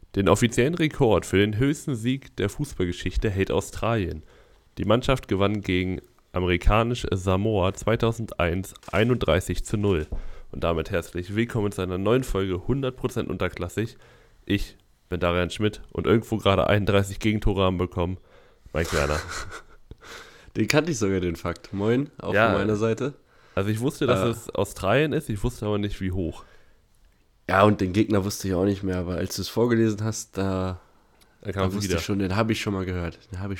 Den offiziellen Rekord für den höchsten Sieg der Fußballgeschichte hält Australien. Die Mannschaft gewann gegen amerikanische Samoa 2001 31:0. Und damit herzlich willkommen zu einer neuen Folge 100% unterklassig. Ich bin Darian Schmidt und irgendwo gerade 31 Gegentore haben bekommen. Mike Werner. Den kannte ich sogar, den Fakt. Moin, auch Ja, von meiner Seite. Also ich wusste, dass es Australien ist, ich wusste aber nicht, wie hoch. Ja, und den Gegner wusste ich auch nicht mehr, aber als du es vorgelesen hast, da wusste ich schon, den habe ich schon mal gehört.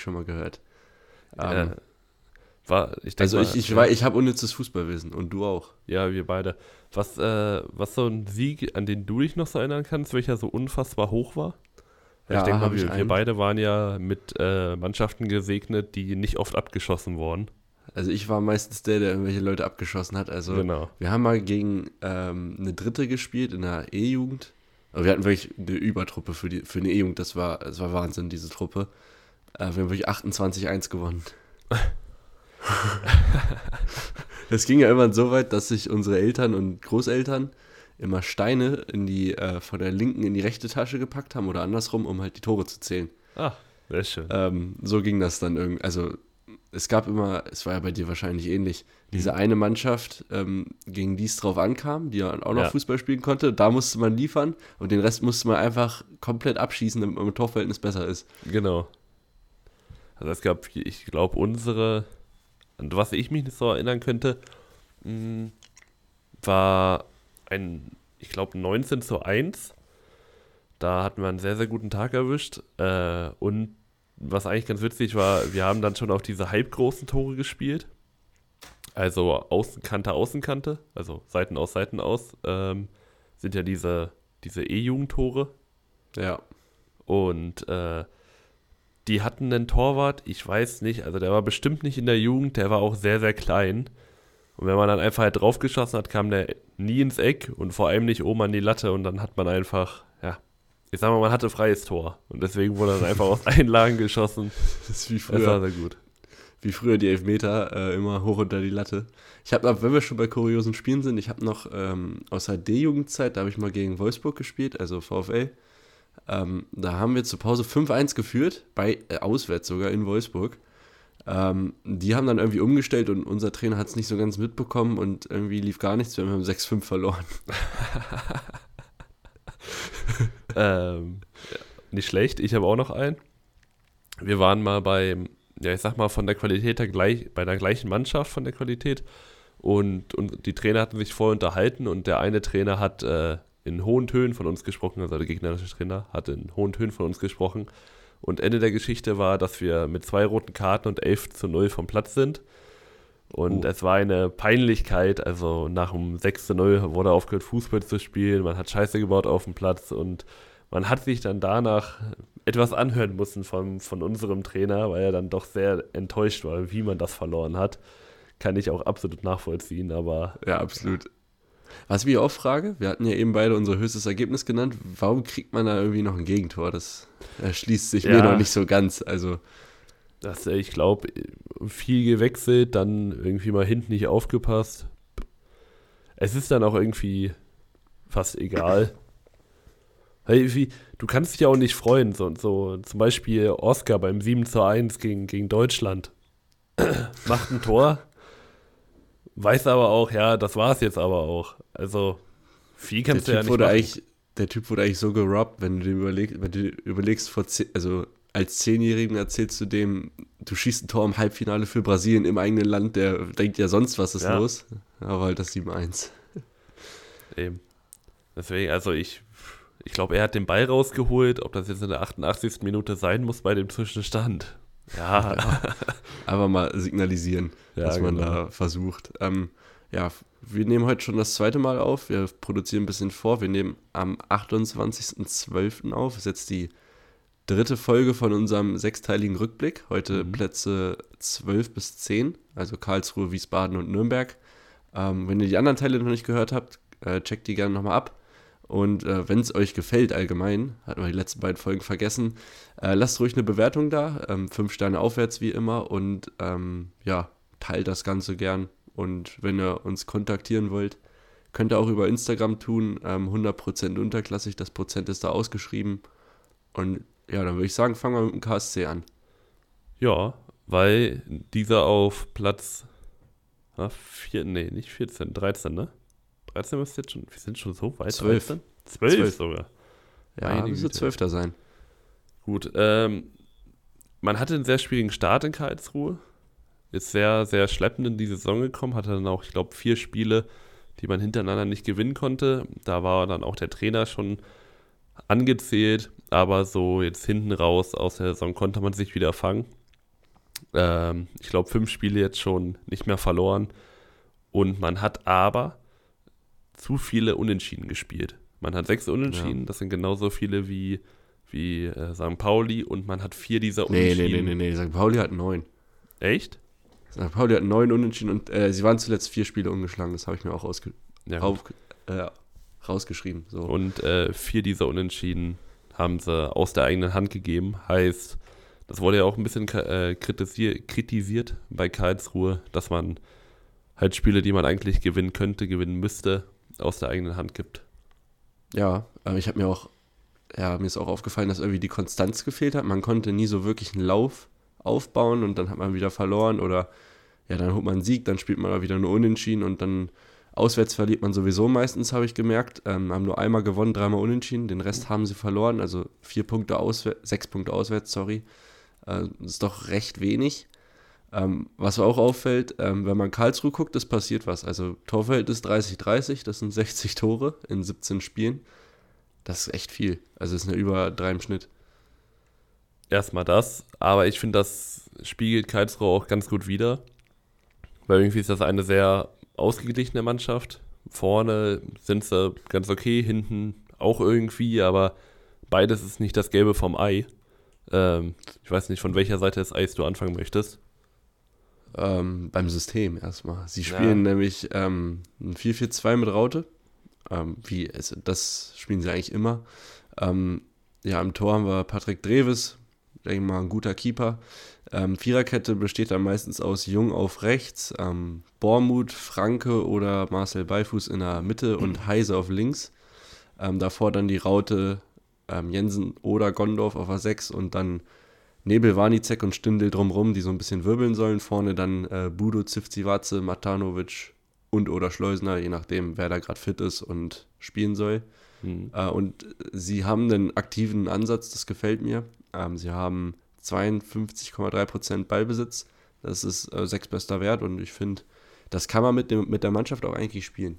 Ja, Ich habe unnützes Fußballwissen und du auch. Ja, wir beide. Was so ein Sieg, an den du dich noch so erinnern kannst, welcher so unfassbar hoch war? Weil Ja, ich denke mal, habe ich wir beide waren ja mit Mannschaften gesegnet, die nicht oft abgeschossen wurden. Also ich war meistens der irgendwelche Leute abgeschossen hat. Also Genau. wir haben mal gegen eine Dritte gespielt in der E-Jugend. Aber wir hatten wirklich eine Übertruppe für eine E-Jugend. Das war Wahnsinn, diese Truppe. Wir haben wirklich 28:1 gewonnen. Das ging ja irgendwann so weit, dass sich unsere Eltern und Großeltern immer Steine von der linken in die rechte Tasche gepackt haben oder andersrum, um halt die Tore zu zählen. Ah, sehr schön. So ging das dann irgendwie. Also es war ja bei dir wahrscheinlich ähnlich, diese eine Mannschaft, gegen die es drauf ankam, die ja auch noch Fußball spielen konnte, da musste man liefern und den Rest musste man einfach komplett abschießen, damit man im Torverhältnis besser ist. Genau. Also es gab, ich glaube, an was ich mich nicht so erinnern könnte, war ich glaube 19:1. Da hatten wir einen sehr, sehr guten Tag erwischt. Und was eigentlich ganz witzig war, wir haben dann schon auf diese halbgroßen Tore gespielt. Also Außenkante, also Seiten aus, sind ja diese E-Jugendtore. Ja. Und die hatten einen Torwart, ich weiß nicht, also der war bestimmt nicht in der Jugend, der war auch sehr, sehr klein. Und wenn man dann einfach halt draufgeschossen hat, kam der nie ins Eck und vor allem nicht oben an die Latte und dann hat man einfach, ich sag mal, man hatte freies Tor und deswegen wurde dann einfach aus Einlagen geschossen. Das ist wie früher. Das war sehr gut. Wie früher die Elfmeter, immer hoch unter die Latte. Ich habe, wenn wir schon bei kuriosen Spielen sind, ich habe noch aus der D-Jugendzeit, da habe ich mal gegen Wolfsburg gespielt, also VfL. Da haben wir zur Pause 5:1 geführt, auswärts sogar in Wolfsburg. Die haben dann irgendwie umgestellt und unser Trainer hat es nicht so ganz mitbekommen und irgendwie lief gar nichts. Wir haben 6:5 verloren. Nicht schlecht, ich habe auch noch einen. Wir waren mal ich sag mal, von der Qualität bei der gleichen Mannschaft von der Qualität und die Trainer hatten sich vorher unterhalten und der eine Trainer hat in hohen Tönen von uns gesprochen, also der gegnerische Trainer hat in hohen Tönen von uns gesprochen und Ende der Geschichte war, dass wir mit 2 roten Karten und 11:0 vom Platz sind und es war eine Peinlichkeit, also nach dem 6:0 wurde aufgehört Fußball zu spielen, man hat Scheiße gebaut auf dem Platz und man hat sich dann danach etwas anhören müssen von unserem Trainer, weil er dann doch sehr enttäuscht war, wie man das verloren hat. Kann ich auch absolut nachvollziehen, aber... Ja, absolut. Was ich mich auch frage, wir hatten ja eben beide unser höchstes Ergebnis genannt, warum kriegt man da irgendwie noch ein Gegentor? Das erschließt sich mir noch nicht so ganz, also... Ich glaube, viel gewechselt, dann irgendwie mal hinten nicht aufgepasst. Es ist dann auch irgendwie fast egal. Du kannst dich ja auch nicht freuen, so zum Beispiel Oscar beim 7:1 gegen Deutschland macht ein Tor, weiß aber auch, ja, das war es jetzt aber auch. Also viel kannst du ja nicht machen. Der Typ wurde eigentlich so gerobbt, wenn du überlegst, als 10-Jährigen erzählst du dem, du schießt ein Tor im Halbfinale für Brasilien im eigenen Land, der denkt ja sonst, was ist los. Aber halt das 7:1. Eben. Deswegen, also ich glaube, er hat den Ball rausgeholt, ob das jetzt in der 88. Minute sein muss bei dem Zwischenstand. Ja. Einfach mal signalisieren, was man da versucht. Wir nehmen heute schon das 2. Mal auf. Wir produzieren ein bisschen vor. Wir nehmen am 28.12. auf. Das ist jetzt die 3. Folge von unserem 6-teiligen Rückblick. Heute Plätze 12 bis 10, also Karlsruhe, Wiesbaden und Nürnberg. Wenn ihr die anderen Teile noch nicht gehört habt, checkt die gerne nochmal ab. Und wenn es euch gefällt allgemein, hatten wir die letzten beiden Folgen vergessen, lasst ruhig eine Bewertung da, 5 Sterne aufwärts wie immer und teilt das Ganze gern. Und wenn ihr uns kontaktieren wollt, könnt ihr auch über Instagram tun, 100% unterklassig, das Prozent ist da ausgeschrieben. Und ja, dann würde ich sagen, fangen wir mit dem KSC an. Ja, weil dieser auf Platz nicht 14, 13, ne? 13 müsste jetzt schon, wir sind schon so weit. 12. 13? 12 sogar. Ja, müsste 12. sein. Gut, man hatte einen sehr schwierigen Start in Karlsruhe. Ist sehr, sehr schleppend in die Saison gekommen, hatte dann auch, ich glaube, 4 Spiele, die man hintereinander nicht gewinnen konnte. Da war dann auch der Trainer schon angezählt, aber so jetzt hinten raus aus der Saison konnte man sich wieder fangen. Ich glaube, 5 Spiele jetzt schon nicht mehr verloren und man hat aber zu viele Unentschieden gespielt. Man hat 6 Unentschieden, das sind genauso viele wie St. Pauli und man hat 4 dieser Unentschieden. Nee, St. Pauli hat 9. Echt? St. Pauli hat 9 Unentschieden und sie waren zuletzt 4 Spiele ungeschlagen, das habe ich mir auch rausgeschrieben. So. Und 4 dieser Unentschieden haben sie aus der eigenen Hand gegeben. Heißt, das wurde ja auch ein bisschen kritisiert bei Karlsruhe, dass man halt Spiele, die man eigentlich gewinnen könnte, gewinnen müsste, aus der eigenen Hand gibt. Ja, ich habe mir ist auch aufgefallen, dass irgendwie die Konstanz gefehlt hat. Man konnte nie so wirklich einen Lauf aufbauen und dann hat man wieder verloren oder ja, dann holt man einen Sieg, dann spielt man mal wieder nur Unentschieden und dann auswärts verliert man sowieso meistens, habe ich gemerkt. Haben nur einmal gewonnen, 3-mal unentschieden, den Rest haben sie verloren, also 6 Punkte auswärts, sorry. Das ist doch recht wenig. Was auch auffällt, wenn man Karlsruhe guckt, es passiert was. Also Torverhältnis 30-30, das sind 60 Tore in 17 Spielen. Das ist echt viel. Also es ist über 3 im Schnitt. Erstmal das, aber ich finde, das spiegelt Karlsruhe auch ganz gut wider. Weil irgendwie ist das eine sehr ausgeglichene Mannschaft. Vorne sind sie ganz okay, hinten auch irgendwie, aber beides ist nicht das Gelbe vom Ei. Ich weiß nicht, von welcher Seite des Eis du anfangen möchtest. Beim System erstmal. Sie spielen nämlich ein 4-4-2 mit Raute. Das spielen sie eigentlich immer. Im Tor haben wir Patrick Dreves, denke ich mal, ein guter Keeper. Viererkette besteht dann meistens aus Jung auf rechts, Bormuth, Franke oder Marcel Beifuß in der Mitte und Heise auf links. Davor dann die Raute Jensen oder Gondorf auf A6 und dann Nebel, Warnicek und Stindl drumrum, die so ein bisschen wirbeln sollen. Vorne dann Budo, Zivcivace, Matanovic und oder Schleusner, je nachdem, wer da gerade fit ist und spielen soll. Und sie haben einen aktiven Ansatz, das gefällt mir. Sie haben 52,3% Ballbesitz. Das ist 6 bester Wert und ich finde, das kann man mit der Mannschaft auch eigentlich spielen.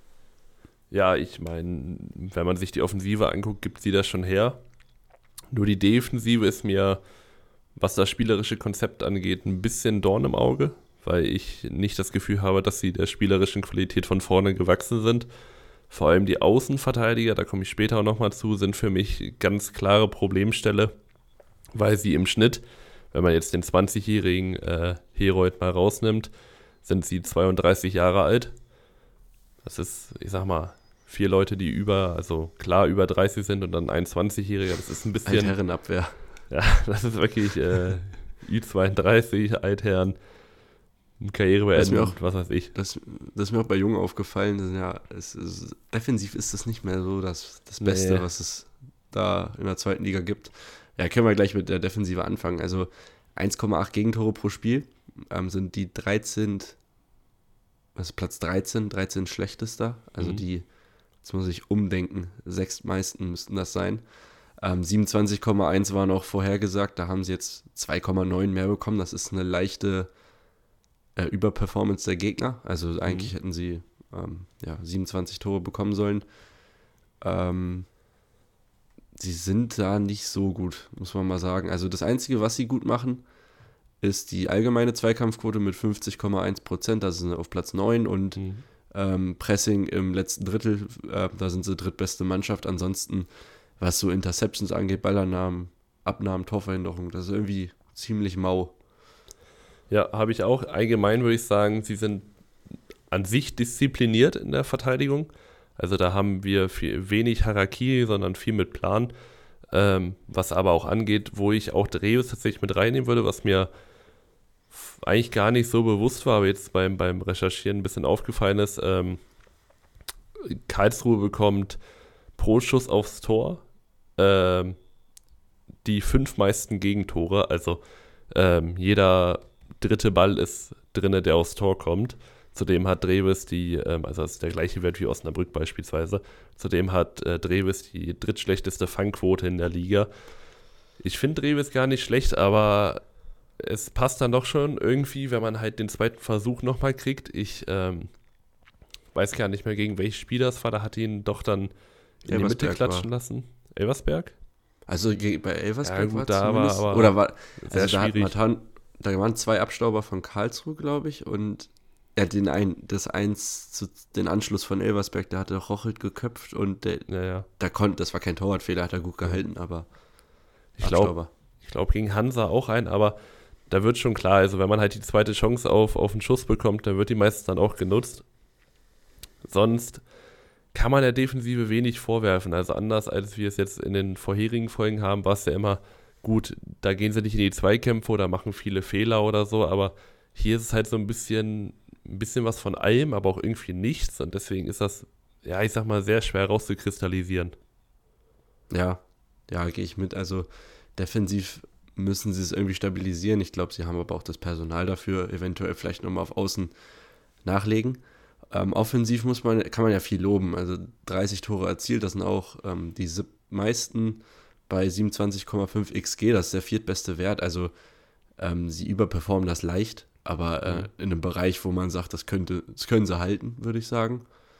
Ja, ich meine, wenn man sich die Offensive anguckt, gibt sie das schon her. Nur die Defensive ist mir, was das spielerische Konzept angeht, ein bisschen Dorn im Auge, weil ich nicht das Gefühl habe, dass sie der spielerischen Qualität von vorne gewachsen sind. Vor allem die Außenverteidiger, da komme ich später auch nochmal zu, sind für mich ganz klare Problemstelle, weil sie im Schnitt, wenn man jetzt den 20-jährigen Herold mal rausnimmt, sind sie 32 Jahre alt. Das ist, ich sag mal, 4 Leute, die über 30 sind und dann ein 21-Jähriger, das ist ein bisschen... Altherrenabwehr. Ja, das ist wirklich Ü32, Altherren, Karriere beendet, was weiß ich. Das ist mir auch bei Jungen aufgefallen, defensiv ist das nicht mehr so das Beste, was es da in der 2. Liga gibt. Ja, können wir gleich mit der Defensive anfangen. Also 1,8 Gegentore pro Spiel sind die 13, das ist Platz 13 schlechtester. Also jetzt muss ich umdenken, 6 meisten müssten das sein. 27,1 waren auch vorhergesagt, da haben sie jetzt 2,9 mehr bekommen. Das ist eine leichte Überperformance der Gegner. Also eigentlich hätten sie 27 Tore bekommen sollen. Sie sind da nicht so gut, muss man mal sagen. Also das Einzige, was sie gut machen, ist die allgemeine Zweikampfquote mit 50,1%. Da sind sie auf Platz 9 und Pressing im letzten Drittel, da sind sie drittbeste Mannschaft. Ansonsten, was so Interceptions angeht, Ballannahmen, Abnahmen, Torverhinderung, das ist irgendwie ziemlich mau. Ja, habe ich auch. Allgemein würde ich sagen, sie sind an sich diszipliniert in der Verteidigung. Also da haben wir wenig Hierarchie, sondern viel mit Plan. Was aber auch angeht, wo ich auch Dreves tatsächlich mit reinnehmen würde, was mir eigentlich gar nicht so bewusst war, aber jetzt beim Recherchieren ein bisschen aufgefallen ist. Karlsruhe bekommt pro Schuss aufs Tor die 5 meisten Gegentore. Also jeder dritte Ball ist drinne, der aufs Tor kommt. Zudem hat Dreves also das ist der gleiche Wert wie Osnabrück beispielsweise. Zudem hat Dreves die drittschlechteste Fangquote in der Liga. Ich finde Dreves gar nicht schlecht, aber es passt dann doch schon irgendwie, wenn man halt den zweiten Versuch nochmal kriegt. Ich weiß gar nicht mehr, gegen welches Spiel das war. Da hat ihn doch dann in die Mitte klatschen lassen. Elversberg? Also bei Elversberg war da zumindest, aber oder war sehr also schwierig. Da waren 2 Abstauber von Karlsruhe, glaube ich, und er hat den Anschluss von Elversberg, da hatte Rochelt geköpft und das war kein Torwartfehler, hat er gut gehalten, aber ich glaube gegen Hansa auch aber da wird schon klar, also wenn man halt die zweite Chance auf einen Schuss bekommt, dann wird die meistens dann auch genutzt. Sonst kann man der Defensive wenig vorwerfen. Also anders als wir es jetzt in den vorherigen Folgen haben, war es ja immer gut, da gehen sie nicht in die Zweikämpfe oder machen viele Fehler oder so, aber hier ist es halt so ein bisschen was von allem, aber auch irgendwie nichts und deswegen ist das, ja, ich sag mal, sehr schwer rauszukristallisieren. Ja, gehe ich mit. Also defensiv müssen sie es irgendwie stabilisieren. Ich glaube, sie haben aber auch das Personal dafür, eventuell vielleicht nochmal auf Außen nachlegen. Offensiv kann man ja viel loben. Also 30 Tore erzielt, das sind auch die meisten bei 27,5 XG, das ist der viertbeste Wert. Also sie überperformen das leicht, aber in einem Bereich, wo man sagt, das können sie halten, würde ich sagen.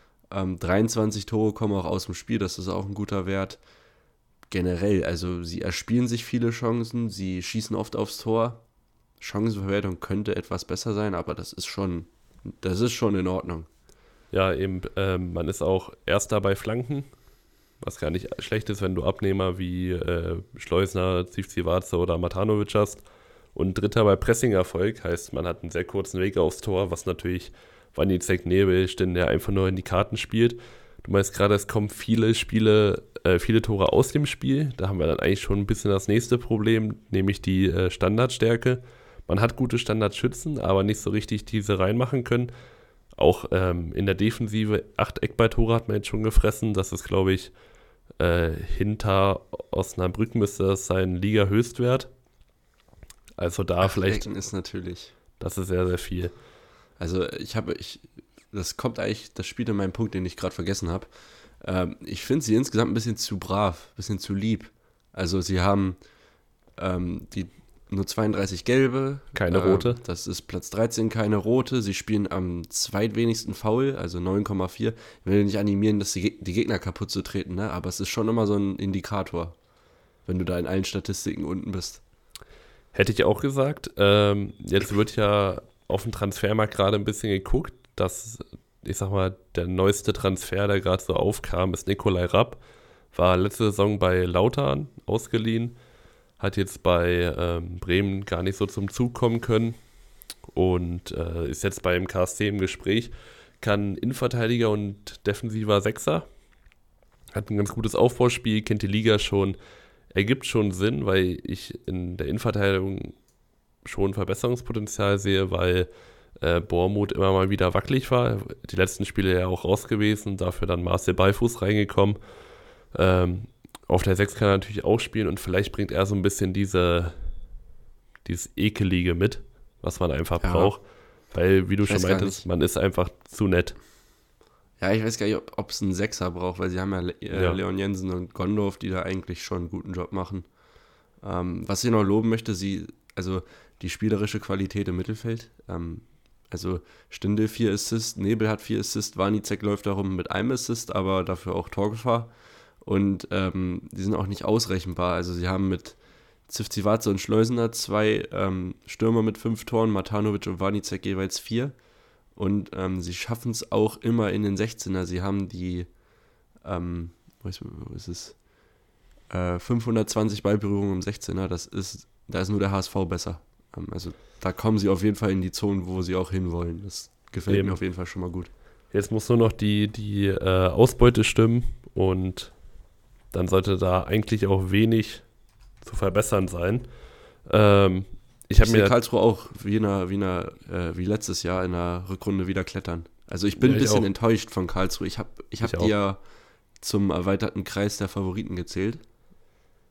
23 Tore kommen auch aus dem Spiel, das ist auch ein guter Wert. Generell, also sie erspielen sich viele Chancen, sie schießen oft aufs Tor. Chancenverwertung könnte etwas besser sein, aber das ist schon in Ordnung. Ja, eben, man ist auch Erster bei Flanken, was gar nicht schlecht ist, wenn du Abnehmer wie Schleusner, Zivcivace oder Matanovic hast. Und Dritter bei Pressingerfolg, heißt, man hat einen sehr kurzen Weg aufs Tor, was natürlich Vanicek Nebel, der einfach nur in die Karten spielt. Du meinst gerade, es kommen viele Tore aus dem Spiel. Da haben wir dann eigentlich schon ein bisschen das nächste Problem, nämlich die Standardstärke. Man hat gute Standardschützen, aber nicht so richtig diese reinmachen können. Auch in der Defensive 8 Eckballtore hat man jetzt schon gefressen. Das ist, glaube ich, hinter Osnabrück müsste das sein Liga-Höchstwert. Also da 8 vielleicht. Ecken ist natürlich. Das ist sehr, sehr viel. Also das spielt in meinem Punkt, den ich gerade vergessen habe. Ich finde sie insgesamt ein bisschen zu brav, ein bisschen zu lieb. Also sie haben nur 32 gelbe. Keine rote. Das ist Platz 13, keine rote. Sie spielen am zweitwenigsten Foul, also 9,4. Ich will nicht animieren, dass die Gegner kaputt zu treten, ne? Aber es ist schon immer so ein Indikator, wenn du da in allen Statistiken unten bist. Hätte ich auch gesagt. Jetzt wird ja auf dem Transfermarkt gerade ein bisschen geguckt, dass, ich sag mal, der neueste Transfer, der gerade so aufkam, ist Nikolai Rapp. War letzte Saison bei Lautern ausgeliehen, hat jetzt bei Bremen gar nicht so zum Zug kommen können und ist jetzt beim KSC im Gespräch. Kann Innenverteidiger und defensiver Sechser. Hat ein ganz gutes Aufbauspiel, kennt die Liga schon. Ergibt schon Sinn, weil ich in der Innenverteidigung schon Verbesserungspotenzial sehe, weil Bournemouth immer mal wieder wackelig war. Die letzten Spiele ja auch raus gewesen, dafür dann Marcel Beifuß reingekommen. Auf der 6 kann er natürlich auch spielen und vielleicht bringt er so ein bisschen dieses Ekelige mit, was man einfach braucht. Weil, wie du schon meintest, man ist einfach zu nett. Ja, ich weiß gar nicht, ob es einen Sechser braucht, weil sie haben ja Leon Jensen und Gondorf, die da eigentlich schon einen guten Job machen. Was ich noch loben möchte, also die spielerische Qualität im Mittelfeld. Also Stindl 4 Assists, Nebel hat 4 Assists, Vanicek läuft darum mit einem Assist, aber dafür auch Torgefahr. Und die sind auch nicht ausrechenbar. Also sie haben mit Zivcivace und Schleusener 2 Stürmer mit 5 Toren, Matanovic und Vanicek jeweils 4. Und sie schaffen es auch immer in den 16er. Sie haben die 520 Ballberührungen im 16er. Da ist nur der HSV besser. Also da kommen sie auf jeden Fall in die Zonen, wo sie auch hinwollen. Das gefällt mir auf jeden Fall schon mal gut. Jetzt muss nur noch die Ausbeute stimmen und dann sollte da eigentlich auch wenig zu verbessern sein. Ich sehe Karlsruhe auch wie letztes Jahr in der Rückrunde wieder klettern. Also ich bin ein bisschen enttäuscht von Karlsruhe. Ich hab die ja zum erweiterten Kreis der Favoriten gezählt.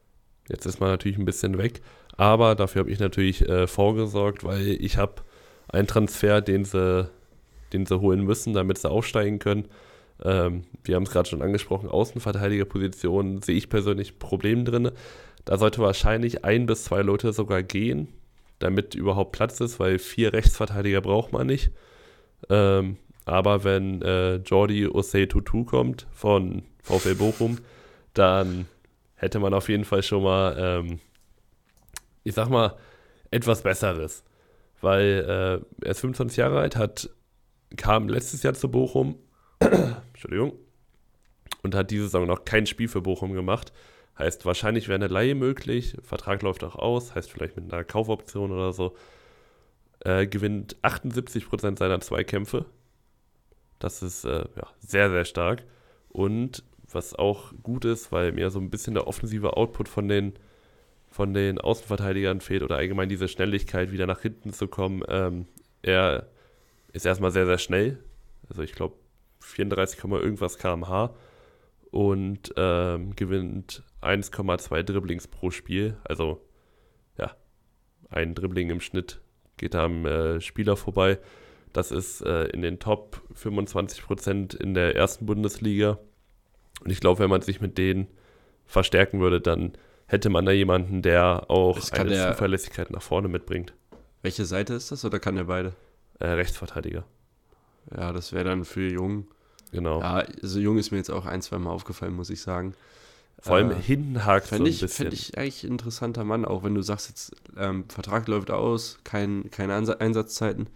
Jetzt ist man natürlich ein bisschen weg, aber dafür habe ich natürlich vorgesorgt, weil ich habe einen Transfer, den sie holen müssen, damit sie aufsteigen können. Wir haben es gerade schon angesprochen, Außenverteidigerposition sehe ich persönlich ein Problem drin. Da sollte wahrscheinlich 1 bis 2 Leute sogar gehen, damit überhaupt Platz ist, weil 4 Rechtsverteidiger braucht man nicht. Aber wenn Jordi Osei Tutu kommt von VfL Bochum, dann hätte man auf jeden Fall schon mal, ich sag mal, etwas Besseres. Weil er ist 25 Jahre alt, kam letztes Jahr zu Bochum, Entschuldigung, und hat diese Saison noch kein Spiel für Bochum gemacht. Heißt, wahrscheinlich wäre eine Leihe möglich, Vertrag läuft auch aus, heißt vielleicht mit einer Kaufoption oder so. Gewinnt 78% seiner Zweikämpfe. Das ist sehr, sehr stark. Und was auch gut ist, weil mir so ein bisschen der offensive Output von den Außenverteidigern fehlt oder allgemein diese Schnelligkeit, wieder nach hinten zu kommen. Er ist erstmal sehr, sehr schnell. Also ich glaube 34, irgendwas km/h und gewinnt 1,2 Dribblings pro Spiel. Also ja, ein Dribbling im Schnitt geht da am Spieler vorbei. Das ist in den Top 25% in der ersten Bundesliga. Und ich glaube, wenn man sich mit denen verstärken würde, dann hätte man da jemanden, der auch eine Zuverlässigkeit nach vorne mitbringt. Welche Seite ist das oder kann der beide? Rechtsverteidiger. Ja, das wäre dann für Jung. Genau. Ja, also Jung ist mir jetzt auch 1-2 Mal aufgefallen, muss ich sagen. Vor allem hinten hakt so ein bisschen. Fände ich eigentlich ein interessanter Mann, auch wenn du sagst jetzt, Vertrag läuft aus, keine Einsatzzeiten.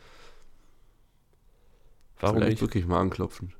Warum vielleicht nicht? Wirklich mal anklopfen.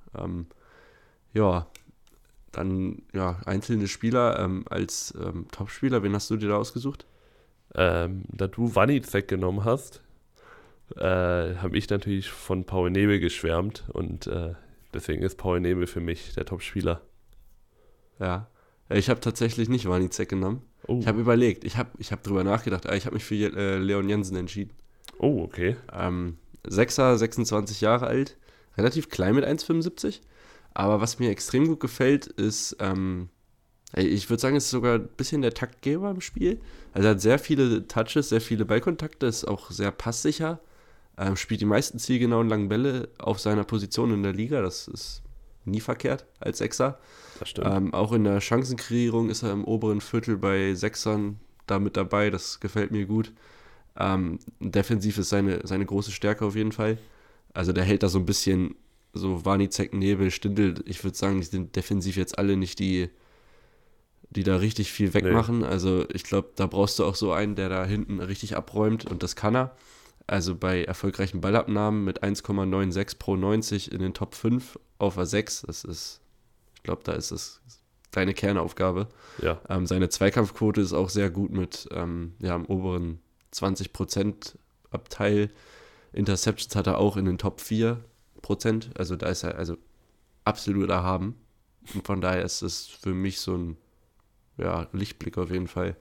Dann einzelne Spieler als Topspieler, wen hast du dir da ausgesucht? Da du Wanizek genommen hast, habe ich natürlich von Paul Nebel geschwärmt und deswegen ist Paul Nebel für mich der Topspieler. Ja, ich habe tatsächlich nicht Wanizek genommen. Oh. Ich habe überlegt, ich hab drüber nachgedacht, ich habe mich für Leon Jensen entschieden. Oh, okay. Sechser, 26 Jahre alt, relativ klein mit 1,75. Aber was mir extrem gut gefällt, ist, ich würde sagen, es ist sogar ein bisschen der Taktgeber im Spiel. Also er hat sehr viele Touches, sehr viele Ballkontakte, ist auch sehr passsicher, spielt die meisten zielgenauen langen Bälle auf seiner Position in der Liga. Das ist nie verkehrt als Sechser. Das stimmt. Auch in der Chancenkreierung ist er im oberen Viertel bei Sechsern da mit dabei. Das gefällt mir gut. Defensiv ist seine große Stärke auf jeden Fall. Also der hält da so ein bisschen so Wanizek, Nebel, Stindl. Ich würde sagen, die sind defensiv jetzt alle nicht die da richtig viel wegmachen. Nee. Also ich glaube, da brauchst du auch so einen, der da hinten richtig abräumt und das kann er. Also bei erfolgreichen Ballabnahmen mit 1,96 pro 90 in den Top 5 auf a 6, ich glaube, da ist es deine Kernaufgabe. Ja. Seine Zweikampfquote ist auch sehr gut mit im oberen 20% Abteil. Interceptions hat er auch in den Top 4%. Also da ist er also absolut erhaben. Und von daher ist es für mich so ein Lichtblick auf jeden Fall.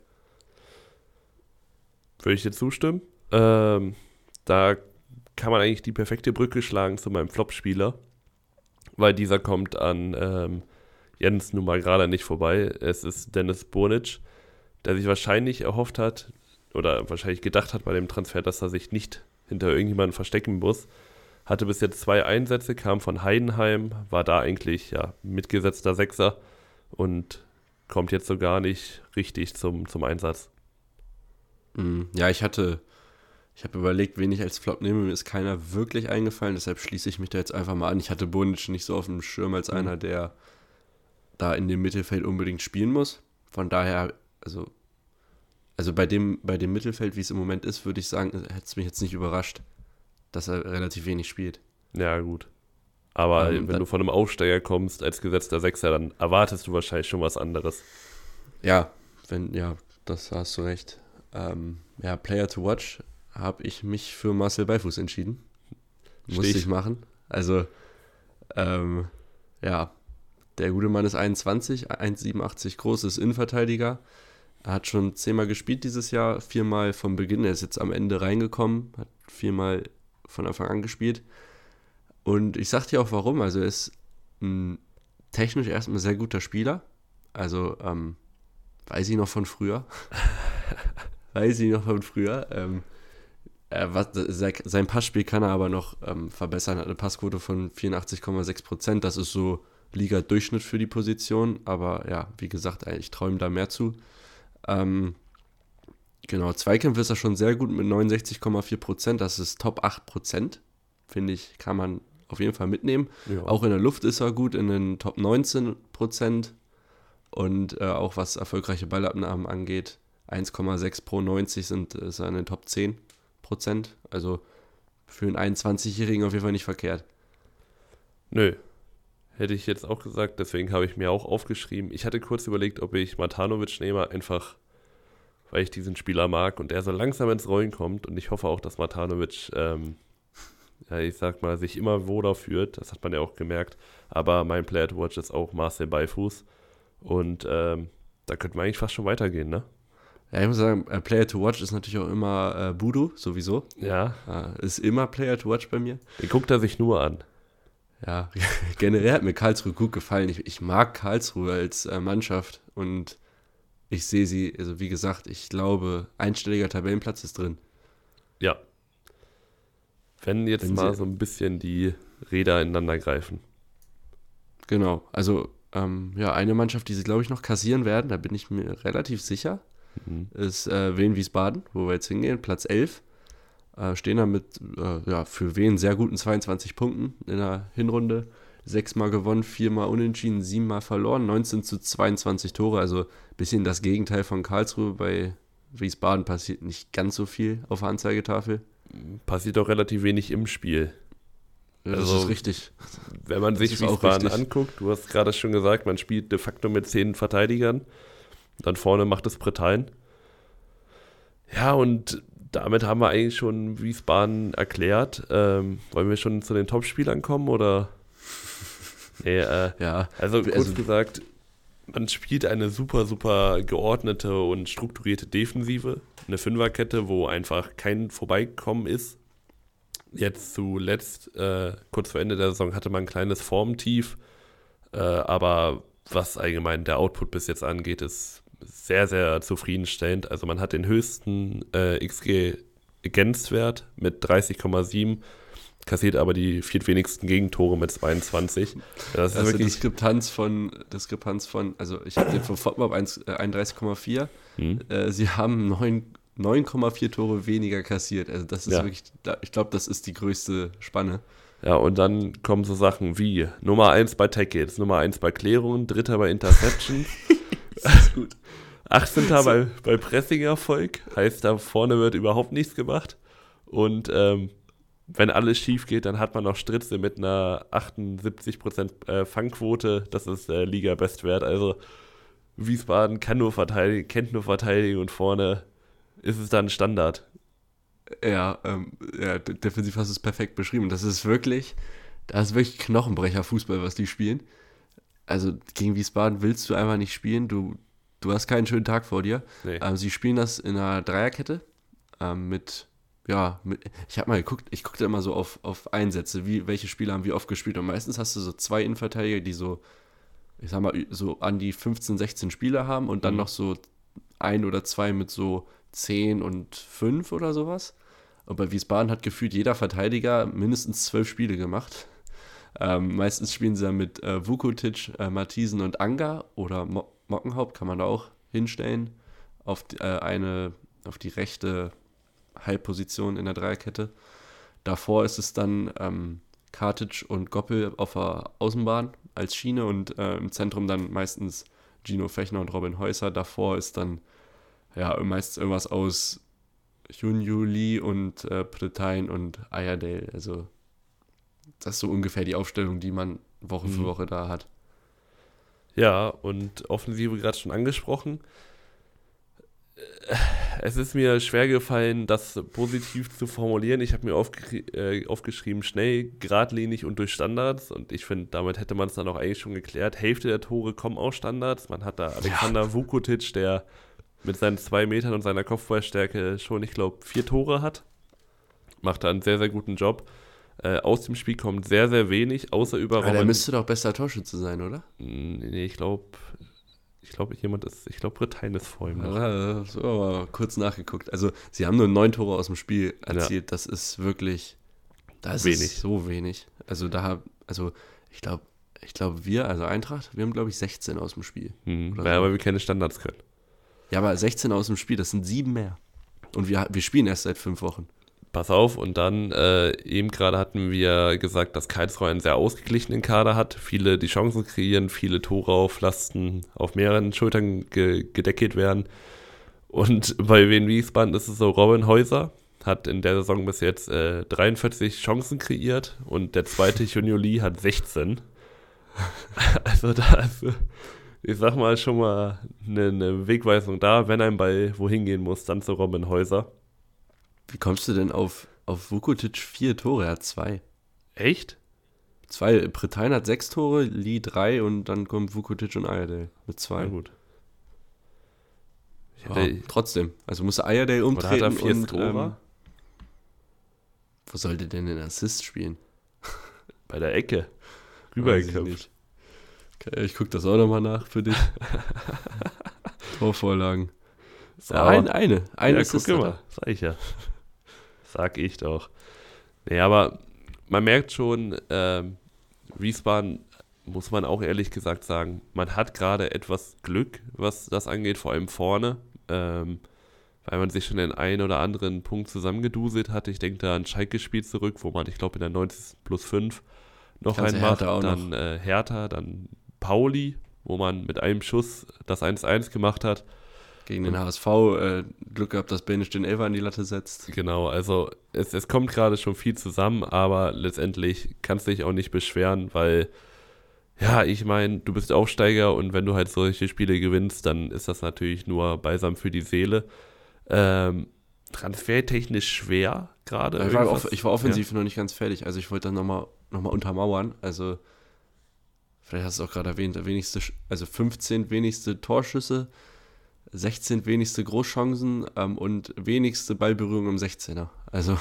Würde ich dir zustimmen. Da kann man eigentlich die perfekte Brücke schlagen zu meinem Flop-Spieler, weil dieser kommt an Jens nun mal gerade nicht vorbei. Es ist Dennis Burnic, der sich wahrscheinlich erhofft hat oder wahrscheinlich gedacht hat bei dem Transfer, dass er sich nicht hinter irgendjemanden verstecken muss. Hatte bis jetzt 2 Einsätze, kam von Heidenheim, war da eigentlich mitgesetzter Sechser und kommt jetzt so gar nicht richtig zum Einsatz. Ja, ich habe überlegt, wen ich als Flop nehme. Mir ist keiner wirklich eingefallen, deshalb schließe ich mich da jetzt einfach mal an. Ich hatte Burnic nicht so auf dem Schirm als einer, der da in dem Mittelfeld unbedingt spielen muss. Von daher, also bei dem Mittelfeld, wie es im Moment ist, würde ich sagen, hätte es mich jetzt nicht überrascht, dass er relativ wenig spielt. Ja, gut. Aber wenn du von einem Aufsteiger kommst als gesetzter Sechser, dann erwartest du wahrscheinlich schon was anderes. Ja, das hast du recht. Player to watch habe ich mich für Marcel Beifuß entschieden. Musste ich machen. Also, der gute Mann ist 21, 1,87 groß, ist Innenverteidiger. Er hat schon 10-mal gespielt dieses Jahr, 4-mal vom Beginn. Er ist jetzt am Ende reingekommen, hat 4-mal von Anfang an gespielt. Und ich sag dir auch warum. Also er ist ein technisch erstmal sehr guter Spieler. Also Weiß ich noch von früher. Sein Passspiel kann er aber noch verbessern. Hat eine Passquote von 84,6%. Das ist so Liga-Durchschnitt für die Position. Aber ja, wie gesagt, ich traue ihm da mehr zu. Genau, Zweikämpfe ist er schon sehr gut mit 69,4%. Das ist Top 8%. Finde ich, kann man auf jeden Fall mitnehmen. Ja. Auch in der Luft ist er gut, in den Top 19%. Und auch was erfolgreiche Ballabnahmen angeht, 1,6 pro 90 ist er in den Top 10%. Also für einen 21-Jährigen auf jeden Fall nicht verkehrt. Nö, hätte ich jetzt auch gesagt. Deswegen habe ich mir auch aufgeschrieben. Ich hatte kurz überlegt, ob ich Matanovic nehme, einfach weil ich diesen Spieler mag und er so langsam ins Rollen kommt. Und ich hoffe auch, dass Matanovic, ich sag mal, sich immer wohler führt. Das hat man ja auch gemerkt. Aber mein Player to Watch ist auch Marcel Beifuß. Und da könnte man eigentlich fast schon weitergehen, ne? Ja, ich muss sagen, Player to Watch ist natürlich auch immer Budu, sowieso. Ja. Ist immer Player to Watch bei mir. Den guckt er sich nur an. Ja, generell hat mir Karlsruhe gut gefallen. Ich mag Karlsruhe als Mannschaft und ich sehe sie, also wie gesagt, ich glaube, einstelliger Tabellenplatz ist drin. Ja. Wenn mal so ein bisschen die Räder ineinander greifen. Genau, also eine Mannschaft, die sie, glaube ich, noch kassieren werden, da bin ich mir relativ sicher, ist Wien Wiesbaden, wo wir jetzt hingehen, Platz 11. Stehen da mit für Wien sehr guten 22 Punkten in der Hinrunde. 6-mal gewonnen, 4-mal unentschieden, 7-mal verloren, 19:22 Tore, also ein bisschen das Gegenteil von Karlsruhe. Bei Wiesbaden passiert nicht ganz so viel auf der Anzeigetafel. Passiert auch relativ wenig im Spiel. Ja, das ist richtig. Wenn man sich Wiesbaden anguckt, du hast gerade schon gesagt, man spielt de facto mit 10 Verteidigern. Dann vorne macht es Bretein. Ja, und damit haben wir eigentlich schon Wiesbaden erklärt. Wollen wir schon zu den Topspielern kommen, oder? Nee, ja. Also kurz gesagt, man spielt eine super, super geordnete und strukturierte Defensive. Eine Fünferkette, wo einfach kein Vorbeikommen ist. Jetzt zuletzt, kurz vor Ende der Saison, hatte man ein kleines Formtief. Aber was allgemein der Output bis jetzt angeht, ist sehr, sehr zufriedenstellend. Also man hat den höchsten XG-Against-Wert mit 30,7, kassiert aber die viertwenigsten Gegentore mit 22. Das ist also wirklich Diskrepanz von, also ich habe den von FOTMAP 31,4. Sie haben 9,4 Tore weniger kassiert. Also das ist wirklich, ich glaube, das ist die größte Spanne. Ja, und dann kommen so Sachen wie Nummer 1 bei Tackles, Nummer 1 bei Klärungen, 3. bei Interceptions. Das ist gut. 18. bei Pressing-Erfolg, heißt, da vorne wird überhaupt nichts gemacht. Und wenn alles schief geht, dann hat man noch Stritze mit einer 78% Fangquote. Das ist Liga-Bestwert. Also Wiesbaden kennt nur verteidigen und vorne ist es dann Standard. Ja, defensiv hast du es perfekt beschrieben. Das ist wirklich Knochenbrecher-Fußball, was die spielen. Also gegen Wiesbaden willst du einfach nicht spielen. Du hast keinen schönen Tag vor dir. Nee. Sie spielen das in einer Dreierkette ich habe mal geguckt, ich gucke da immer so auf Einsätze, welche Spieler haben wie oft gespielt. Und meistens hast du so 2 Innenverteidiger, die so, ich sag mal, so an die 15, 16 Spieler haben und dann noch so 1 oder 2 mit so 10 und 5 oder sowas. Und bei Wiesbaden hat gefühlt jeder Verteidiger mindestens 12 Spiele gemacht. Meistens spielen sie dann mit Vukotic, Mathisen und Anga oder Mockenhaupt, kann man da auch hinstellen, auf die rechte Halbposition in der Dreierkette. Davor ist es dann Kartic und Goppel auf der Außenbahn als Schiene und im Zentrum dann meistens Gino Fechner und Robin Häuser. Davor ist dann meistens irgendwas aus Junju Lee und Bretein und Ayerdale. Also das ist so ungefähr die Aufstellung, die man Woche für Woche da hat. Ja, und Offensive gerade schon angesprochen. Es ist mir schwer gefallen, das positiv zu formulieren. Ich habe mir aufgeschrieben, schnell, geradlinig und durch Standards. Und ich finde, damit hätte man es dann auch eigentlich schon geklärt. Hälfte der Tore kommen aus Standards. Man hat da Alexander Vukotic, der mit seinen 2 Metern und seiner Kopfballstärke schon, ich glaube, 4 Tore hat. Macht da einen sehr, sehr guten Job. Aus dem Spiel kommt sehr, sehr wenig, außer über Robin. Der müsste doch bester Torschütze sein, oder? Nee, ich glaube, Ich glaube, Bretein ist vor ihm noch. Ja, so, aber kurz nachgeguckt. Also, sie haben nur 9 Tore aus dem Spiel erzielt. Ja. Das ist wirklich, das wenig. Ist so wenig. Also, ich glaube, also Eintracht, wir haben, glaube ich, 16 aus dem Spiel. Ja, so. Aber wir keine Standards können. Ja, aber 16 aus dem Spiel, das sind 7 mehr. Und wir spielen erst seit 5 Wochen. Pass auf, und dann eben gerade hatten wir gesagt, dass Karlsruhe einen sehr ausgeglichenen Kader hat. Viele die Chancen kreieren, viele Tore auflasten, auf mehreren Schultern gedeckelt werden. Und bei Wien Wiesbaden ist es so, Robin Häuser hat in der Saison bis jetzt 43 Chancen kreiert und der zweite Junior Lee hat 16. Also da ist, ich sag mal, schon mal eine Wegweisung da, wenn ein Ball wohin gehen muss, dann zu Robin Häuser. Wie kommst du denn auf Vukotic 4 Tore? Er hat 2. Echt? 2. Bretein hat 6 Tore, Lee 3 und dann kommt Vukotic und Ayerdale mit 2. Na gut. Trotzdem. Also muss Ayerdale umtreten. Oder hat er 4 Tore? Wo sollte denn den Assist spielen? Bei der Ecke. Rübergeköpft. Okay, ich gucke das auch nochmal nach für dich. Torvorlagen. So, eine Assist. Guck mal, sag ich doch. Nee, aber man merkt schon, Wiesbaden, muss man auch ehrlich gesagt sagen, man hat gerade etwas Glück, was das angeht, vor allem vorne, weil man sich schon den einen oder anderen Punkt zusammengeduselt hat. Ich denke da an Schalke-Spiel zurück, wo man, ich glaube, in der 90+5 noch einen macht, dann Hertha, dann Pauli, wo man mit einem Schuss das 1-1 gemacht hat. Gegen den HSV Glück gehabt, dass Benisch den Elfer an die Latte setzt. Genau, also es kommt gerade schon viel zusammen, aber letztendlich kannst du dich auch nicht beschweren, weil, ja, ich meine, du bist Aufsteiger und wenn du halt solche Spiele gewinnst, dann ist das natürlich nur balsam für die Seele. Transfertechnisch schwer gerade. Ich war offensiv noch nicht ganz fertig, also ich wollte dann nochmal untermauern, also vielleicht hast du es auch gerade erwähnt, 15 wenigste Torschüsse, 16 wenigste Großchancen und wenigste Ballberührung im 16er. Also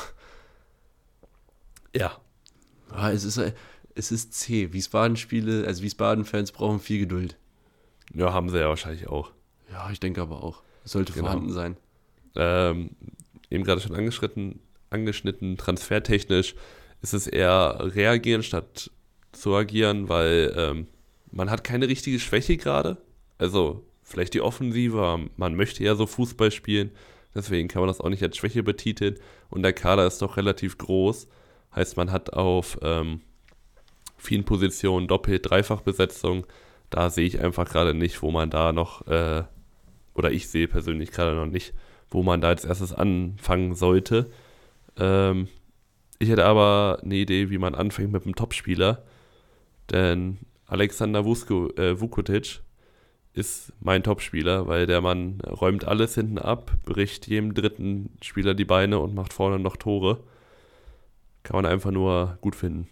ja. Es ist zäh. Wiesbaden-Fans brauchen viel Geduld. Ja, haben sie ja wahrscheinlich auch. Ja, ich denke aber auch. Es sollte vorhanden sein. Eben gerade schon angeschnitten, transfertechnisch ist es eher reagieren statt zu agieren, weil man hat keine richtige Schwäche gerade. Also vielleicht die Offensive, man möchte ja so Fußball spielen, deswegen kann man das auch nicht als Schwäche betiteln. Und der Kader ist doch relativ groß, heißt man hat auf vielen Positionen Doppel-Dreifach-Besetzung. Da sehe ich einfach gerade nicht, wo man da noch, oder ich sehe persönlich gerade noch nicht, wo man da als erstes anfangen sollte. Ich hätte aber eine Idee, wie man anfängt mit einem Topspieler, denn Alexander Vukotic ist mein Topspieler, weil der Mann räumt alles hinten ab, bricht jedem dritten Spieler die Beine und macht vorne noch Tore. Kann man einfach nur gut finden.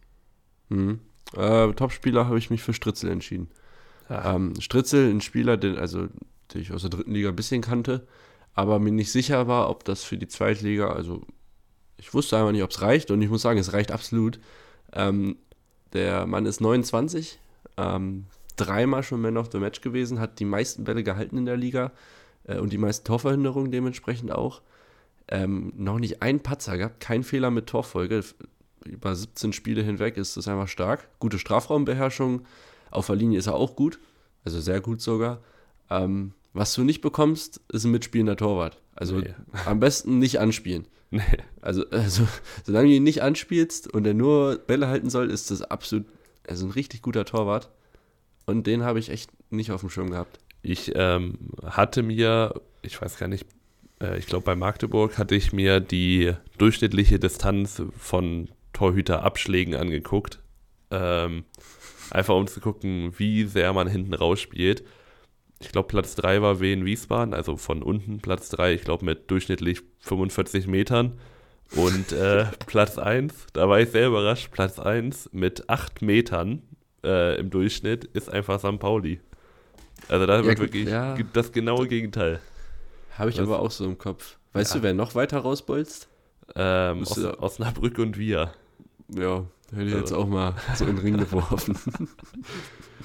Topspieler habe ich mich für Stritzel entschieden. Stritzel, ein Spieler, den ich aus der 3. Liga ein bisschen kannte, aber mir nicht sicher war, ob das für die Zweitliga, also ich wusste einfach nicht, ob es reicht und ich muss sagen, es reicht absolut. Der Mann ist 29, 3-mal schon Man of the Match gewesen, hat die meisten Bälle gehalten in der Liga und die meisten Torverhinderungen dementsprechend auch. Noch nicht einen Patzer gehabt, kein Fehler mit Torfolge. Über 17 Spiele hinweg ist das einfach stark. Gute Strafraumbeherrschung, auf der Linie ist er auch gut, also sehr gut sogar. Was du nicht bekommst, ist ein mitspielender Torwart. Also am besten nicht anspielen. Nee. Also solange du ihn nicht anspielst und er nur Bälle halten soll, ist das absolut, ein richtig guter Torwart. Und den habe ich echt nicht auf dem Schirm gehabt. Ich hatte mir, ich weiß gar nicht, ich glaube bei Magdeburg hatte ich mir die durchschnittliche Distanz von Torhüterabschlägen angeguckt. Einfach um zu gucken, wie sehr man hinten raus spielt. Ich glaube Platz 3 war Wien Wiesbaden, also von unten Platz 3, ich glaube mit durchschnittlich 45 Metern. Und Platz 1, da war ich sehr überrascht, Platz 1 mit 8 Metern im Durchschnitt ist einfach St. Pauli. Also da wird wirklich das genaue Gegenteil. Habe ich aber auch so im Kopf. Weißt du, wer noch weiter rausbolzt? Osnabrück und wir. Ja, hätte ich jetzt auch mal so in den Ring geworfen.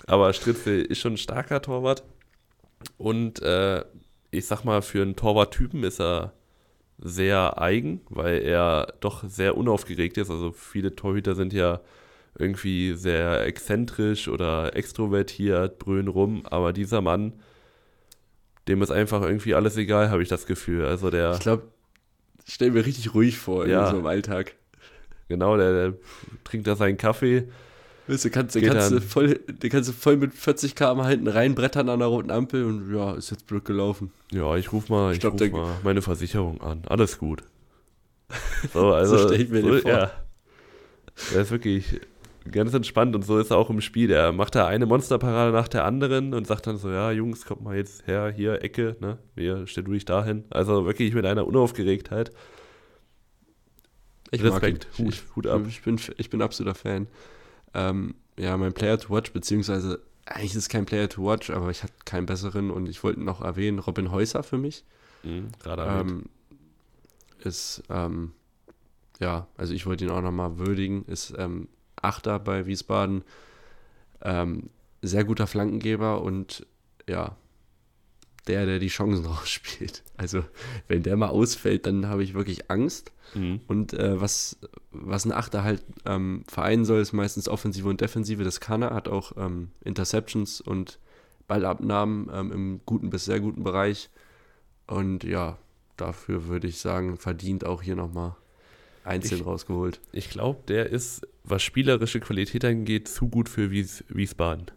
Aber Stritzel ist schon ein starker Torwart. Und ich sag mal, für einen Torwarttypen ist er sehr eigen, weil er doch sehr unaufgeregt ist. Also viele Torhüter sind ja irgendwie sehr exzentrisch oder extrovertiert, brüllen rum. Aber dieser Mann, dem ist einfach irgendwie alles egal, habe ich das Gefühl. Also Ich glaube, stell mir richtig ruhig vor, Ja. in so im Alltag. genau, der trinkt da seinen Kaffee. Weißt du, den Geht kannst dann- du voll mit 40 km/h hinten reinbrettern an der roten Ampel und ja, ist jetzt blöd gelaufen. Ja, ich ruf mal glaub, meine Versicherung an. Alles gut. So, also, So stell ich mir den vor. Ja. Der ist wirklich ganz entspannt und so ist er auch im Spiel. Der macht da eine Monsterparade nach der anderen und sagt dann so, ja, Jungs, kommt mal jetzt her, hier, Ecke, ne? Stell du dich dahin. Also wirklich mit einer Unaufgeregtheit. Ich Respekt. mag ihn. Hut ab. Ich bin absoluter Fan. Ja, mein Player to Watch, beziehungsweise eigentlich ist es kein Player to Watch, aber ich hatte keinen besseren und ich wollte noch erwähnen, Robin Häuser für mich. Gerade erwähnt. Ist, ja, also ich wollte ihn auch nochmal würdigen, ist Achter bei Wiesbaden, sehr guter Flankengeber und ja, der die Chancen rausspielt. Also wenn der mal ausfällt, dann habe ich wirklich Angst. Und was ein Achter halt vereinen soll, ist meistens Offensive und Defensive. Das kann er, hat auch Interceptions und Ballabnahmen im guten bis sehr guten Bereich. Und ja, dafür würde ich sagen, verdient auch hier nochmal einzeln rausgeholt. Ich glaube, der ist, was spielerische Qualität angeht, zu gut für Wiesbaden.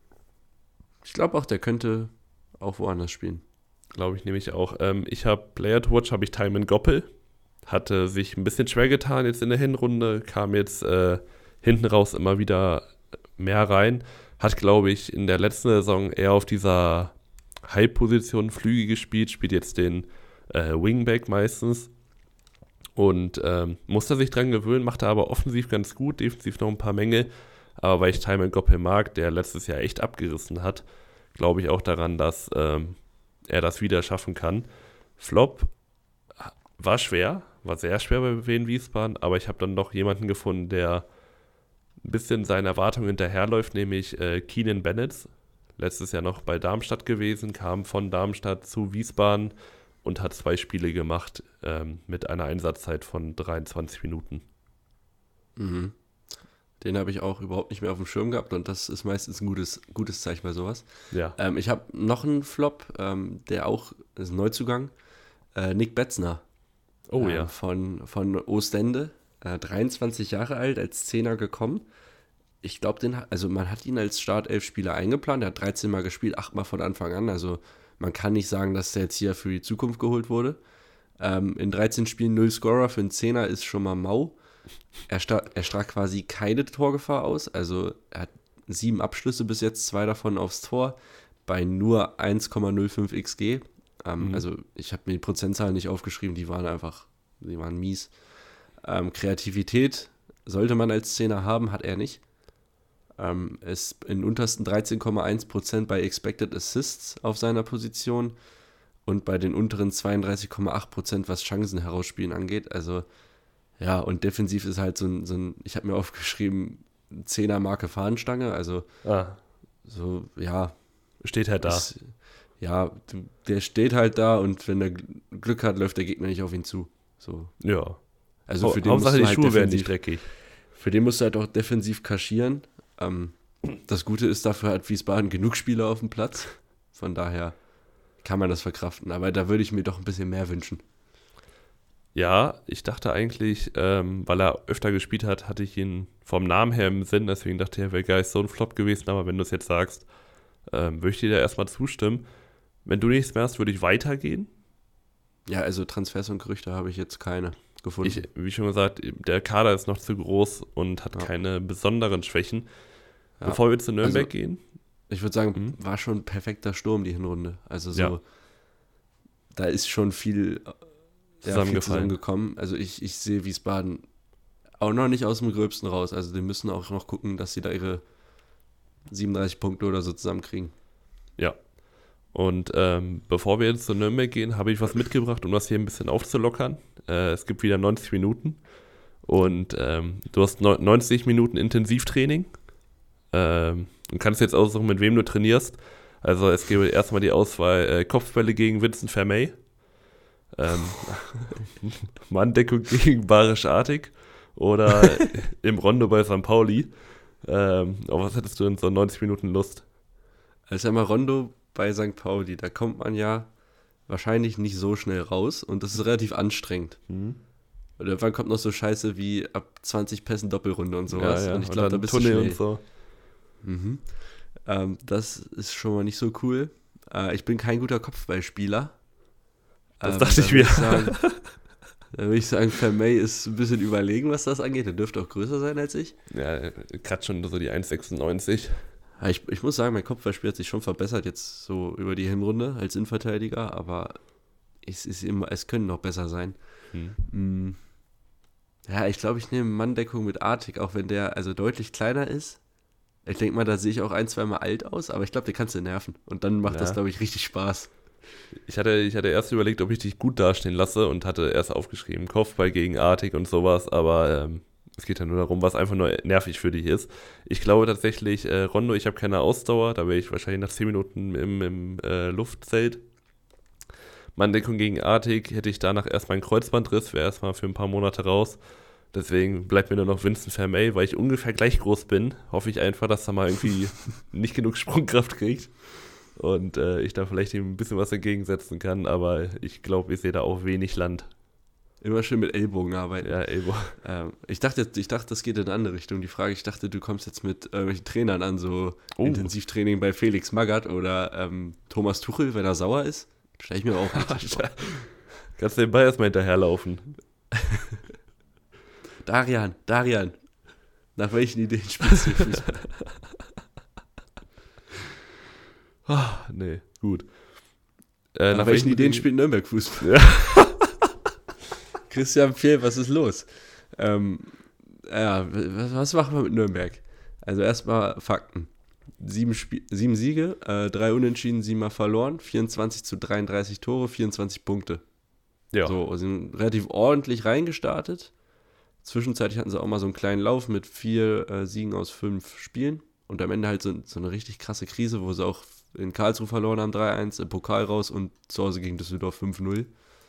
Ich glaube auch, der könnte auch woanders spielen. Glaube ich nämlich auch. Ich habe Player to Watch, habe ich Thymen Goppel. Hatte sich ein bisschen schwer getan jetzt in der Hinrunde, kam jetzt hinten raus immer wieder mehr rein. Hat, glaube ich, in der letzten Saison eher auf dieser High-Position Flügel gespielt, spielt jetzt den Wingback meistens. Und musste sich dran gewöhnen, macht er aber offensiv ganz gut, defensiv noch ein paar Mängel. Aber weil ich Thymen Goppel mag, der letztes Jahr echt abgerissen hat, glaube ich auch daran, dass er das wieder schaffen kann. Flop war schwer, war sehr schwer bei Wien Wiesbaden, aber ich habe dann noch jemanden gefunden, der ein bisschen seinen Erwartungen hinterherläuft, nämlich Keenan Bennett. Letztes Jahr noch bei Darmstadt gewesen, kam von Darmstadt zu Wiesbaden und hat 2 Spiele gemacht mit einer Einsatzzeit von 23 Minuten. Mhm. Den habe ich auch überhaupt nicht mehr auf dem Schirm gehabt und das ist meistens ein gutes Zeichen bei sowas. Ja. Ich habe noch einen Flop, der auch ist ein Neuzugang, Nick Betzner. Oh ja. Von Ostende, 23 Jahre alt, als Zehner gekommen. Ich glaube, man hat ihn als Startelf-Spieler eingeplant, er hat 13 Mal gespielt, 8 Mal von Anfang an, also man kann nicht sagen, dass der jetzt hier für die Zukunft geholt wurde. In 13 Spielen 0 Scorer für einen Zehner ist schon mal mau. Er strahlt quasi keine Torgefahr aus, also er hat 7 Abschlüsse bis jetzt, 2 davon aufs Tor, bei nur 1,05 XG. Also ich habe mir die Prozentzahlen nicht aufgeschrieben, die waren mies. Kreativität sollte man als Zehner haben, hat er nicht. Ist in untersten 13,1% bei Expected Assists auf seiner Position und bei den unteren 32,8%, was Chancen herausspielen angeht. Also ja, und defensiv ist halt so ein ich habe mir aufgeschrieben, 10er Marke Fahnenstange, also so, ja. Steht halt da. Der steht halt da und wenn er Glück hat, läuft der Gegner nicht auf ihn zu. So. Ja. Also für den Hauptsache die musst du Schuhe werden defensiv- nicht dreckig. Für den musst du halt auch defensiv kaschieren. Das Gute ist, dafür hat Wiesbaden genug Spieler auf dem Platz. Von daher kann man das verkraften. Aber da würde ich mir doch ein bisschen mehr wünschen. Ja, ich dachte eigentlich, weil er öfter gespielt hat, hatte ich ihn vom Namen her im Sinn, deswegen dachte ich, wäre geil, so ein Flop gewesen, aber wenn du es jetzt sagst, würde ich dir da erstmal zustimmen. Wenn du nichts mehr hast, würde ich weitergehen. Ja, also Transfers und Gerüchte habe ich jetzt keine gefunden. Wie schon gesagt, der Kader ist noch zu groß und hat keine besonderen Schwächen. Ja. Bevor wir zu Nürnberg gehen. Ich würde sagen, war schon ein perfekter Sturm, die Hinrunde. Also so, da ist schon viel zusammengekommen. Also ich sehe Wiesbaden auch noch nicht aus dem Gröbsten raus. Also die müssen auch noch gucken, dass sie da ihre 37 Punkte oder so zusammenkriegen. Ja. Und bevor wir jetzt zu Nürnberg gehen, habe ich was mitgebracht, um das hier ein bisschen aufzulockern. Es gibt wieder 90 Minuten und du hast 90 Minuten Intensivtraining. Und kannst jetzt aussuchen, mit wem du trainierst. Also es gäbe erstmal die Auswahl Kopfbälle gegen Vincent Vermey, Manndeckung gegen Barisch Artig oder im Rondo bei St. Pauli. Auf was hättest du in so 90 Minuten Lust? Also einmal Rondo bei St. Pauli, da kommt man ja wahrscheinlich nicht so schnell raus und das ist relativ anstrengend. Und irgendwann kommt noch so Scheiße wie ab 20 Pässen Doppelrunde und sowas. Ja, und ich glaube, da bist du Tunnel schnell. und so. Das ist schon mal nicht so cool. Ich bin kein guter Kopfballspieler. Das dachte ich mir. Da würde ich sagen, Vermey ist ein bisschen überlegen, was das angeht. Der dürfte auch größer sein als ich. Ja, gerade schon so die 1,96. Ich muss sagen, mein Kopfballspiel hat sich schon verbessert jetzt so über die Hinrunde als Innenverteidiger, aber es können noch besser sein. Ja, ich glaube, ich nehme Manndeckung mit Artig, auch wenn der also deutlich kleiner ist. Ich denke mal, da sehe ich auch 1-2 Mal alt aus, aber ich glaube, der kannst du nerven. Und dann macht das, glaube ich, richtig Spaß. Ich hatte erst überlegt, ob ich dich gut dastehen lasse und hatte erst aufgeschrieben, Kopfball gegen Artig und sowas, aber es geht ja nur darum, was einfach nur nervig für dich ist. Ich glaube tatsächlich, Rondo, ich habe keine Ausdauer, da wäre ich wahrscheinlich nach 10 Minuten im Luftzelt. Manndeckung gegen Artig hätte ich danach erstmal einen Kreuzbandriss, wäre erstmal für ein paar Monate raus. Deswegen bleibt mir nur noch Vincent Vermey, weil ich ungefähr gleich groß bin. Hoffe ich einfach, dass er mal irgendwie nicht genug Sprungkraft kriegt und ich da vielleicht ihm ein bisschen was entgegensetzen kann. Aber ich glaube, ich sehe da auch wenig Land. Immer schön mit Ellbogen arbeiten. Ja, Ellbogen. Ich dachte, das geht in eine andere Richtung. Die Frage, ich dachte, du kommst jetzt mit irgendwelchen Trainern an, so Intensivtraining bei Felix Magath oder Thomas Tuchel, wenn er sauer ist. Stell ich mir auch richtig vor. Kannst du den Ball erstmal hinterherlaufen. Darian, nach welchen Ideen spielst du Fußball? Nee, gut. Nach welchen Ideen spielt Nürnberg Fußball? Ja. Christian Pfehl, was ist los? Was machen wir mit Nürnberg? Also erstmal Fakten. 7 Siege, 3 Unentschieden, 7 verloren, 24-33 Tore, 24 Punkte. Ja. So, sind relativ ordentlich reingestartet. Zwischenzeitlich hatten sie auch mal so einen kleinen Lauf mit 4 Siegen aus 5 Spielen. Und am Ende halt so eine richtig krasse Krise, wo sie auch in Karlsruhe verloren haben, 3-1, im Pokal raus und zu Hause gegen Düsseldorf 5-0.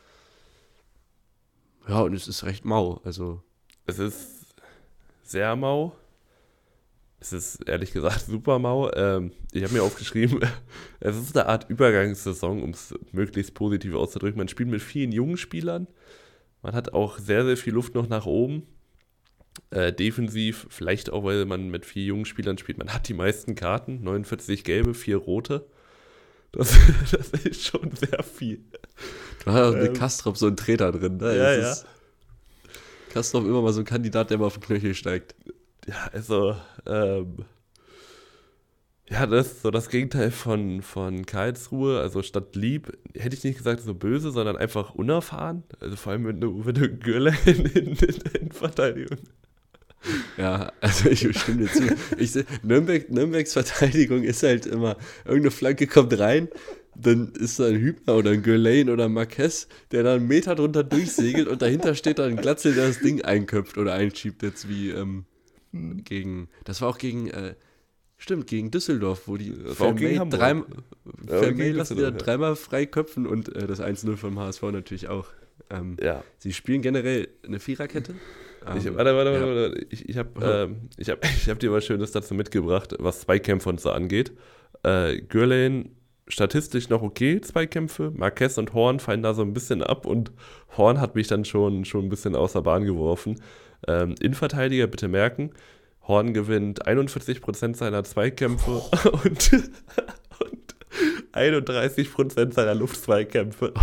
Ja, und es ist recht mau. Also Es ist sehr mau. Es ist ehrlich gesagt super mau. Ich habe mir aufgeschrieben, es ist eine Art Übergangssaison, um es möglichst positiv auszudrücken. Man spielt mit vielen jungen Spielern. Man hat auch sehr, sehr viel Luft noch nach oben. Defensiv, vielleicht auch, weil man mit 4 jungen Spielern spielt. Man hat die meisten Karten, 49 gelbe, 4 rote. Das ist schon sehr viel. Du hast auch mit Kastrop so einen Treter drin. Ne? Ja. Kastrop immer mal so ein Kandidat, der mal auf den Knöchel steigt. Ja, also, das ist so das Gegenteil von Karlsruhe. Also statt lieb, hätte ich nicht gesagt so böse, sondern einfach unerfahren. Also vor allem mit einer Gülle in Verteidigung. Ja, also ich stimme dir zu. Nürnbergs Verteidigung ist halt immer, irgendeine Flanke kommt rein, dann ist da ein Hübner oder ein Gürlein oder ein Marquez, der dann einen Meter drunter durchsegelt und dahinter steht dann ein Glatzel, der das Ding einköpft oder einschiebt, jetzt wie gegen Düsseldorf, wo die Vermey lassen die da dreimal frei köpfen und das 1-0 vom HSV natürlich auch. Sie spielen generell eine Viererkette. Warte. Ich hab dir was Schönes dazu mitgebracht, was Zweikämpfe und so angeht. Gürlein statistisch noch okay, Zweikämpfe. Marquez und Horn fallen da so ein bisschen ab und Horn hat mich dann schon ein bisschen aus der Bahn geworfen. Innenverteidiger, bitte merken, Horn gewinnt 41% seiner Zweikämpfe und 31% seiner Luftzweikämpfe.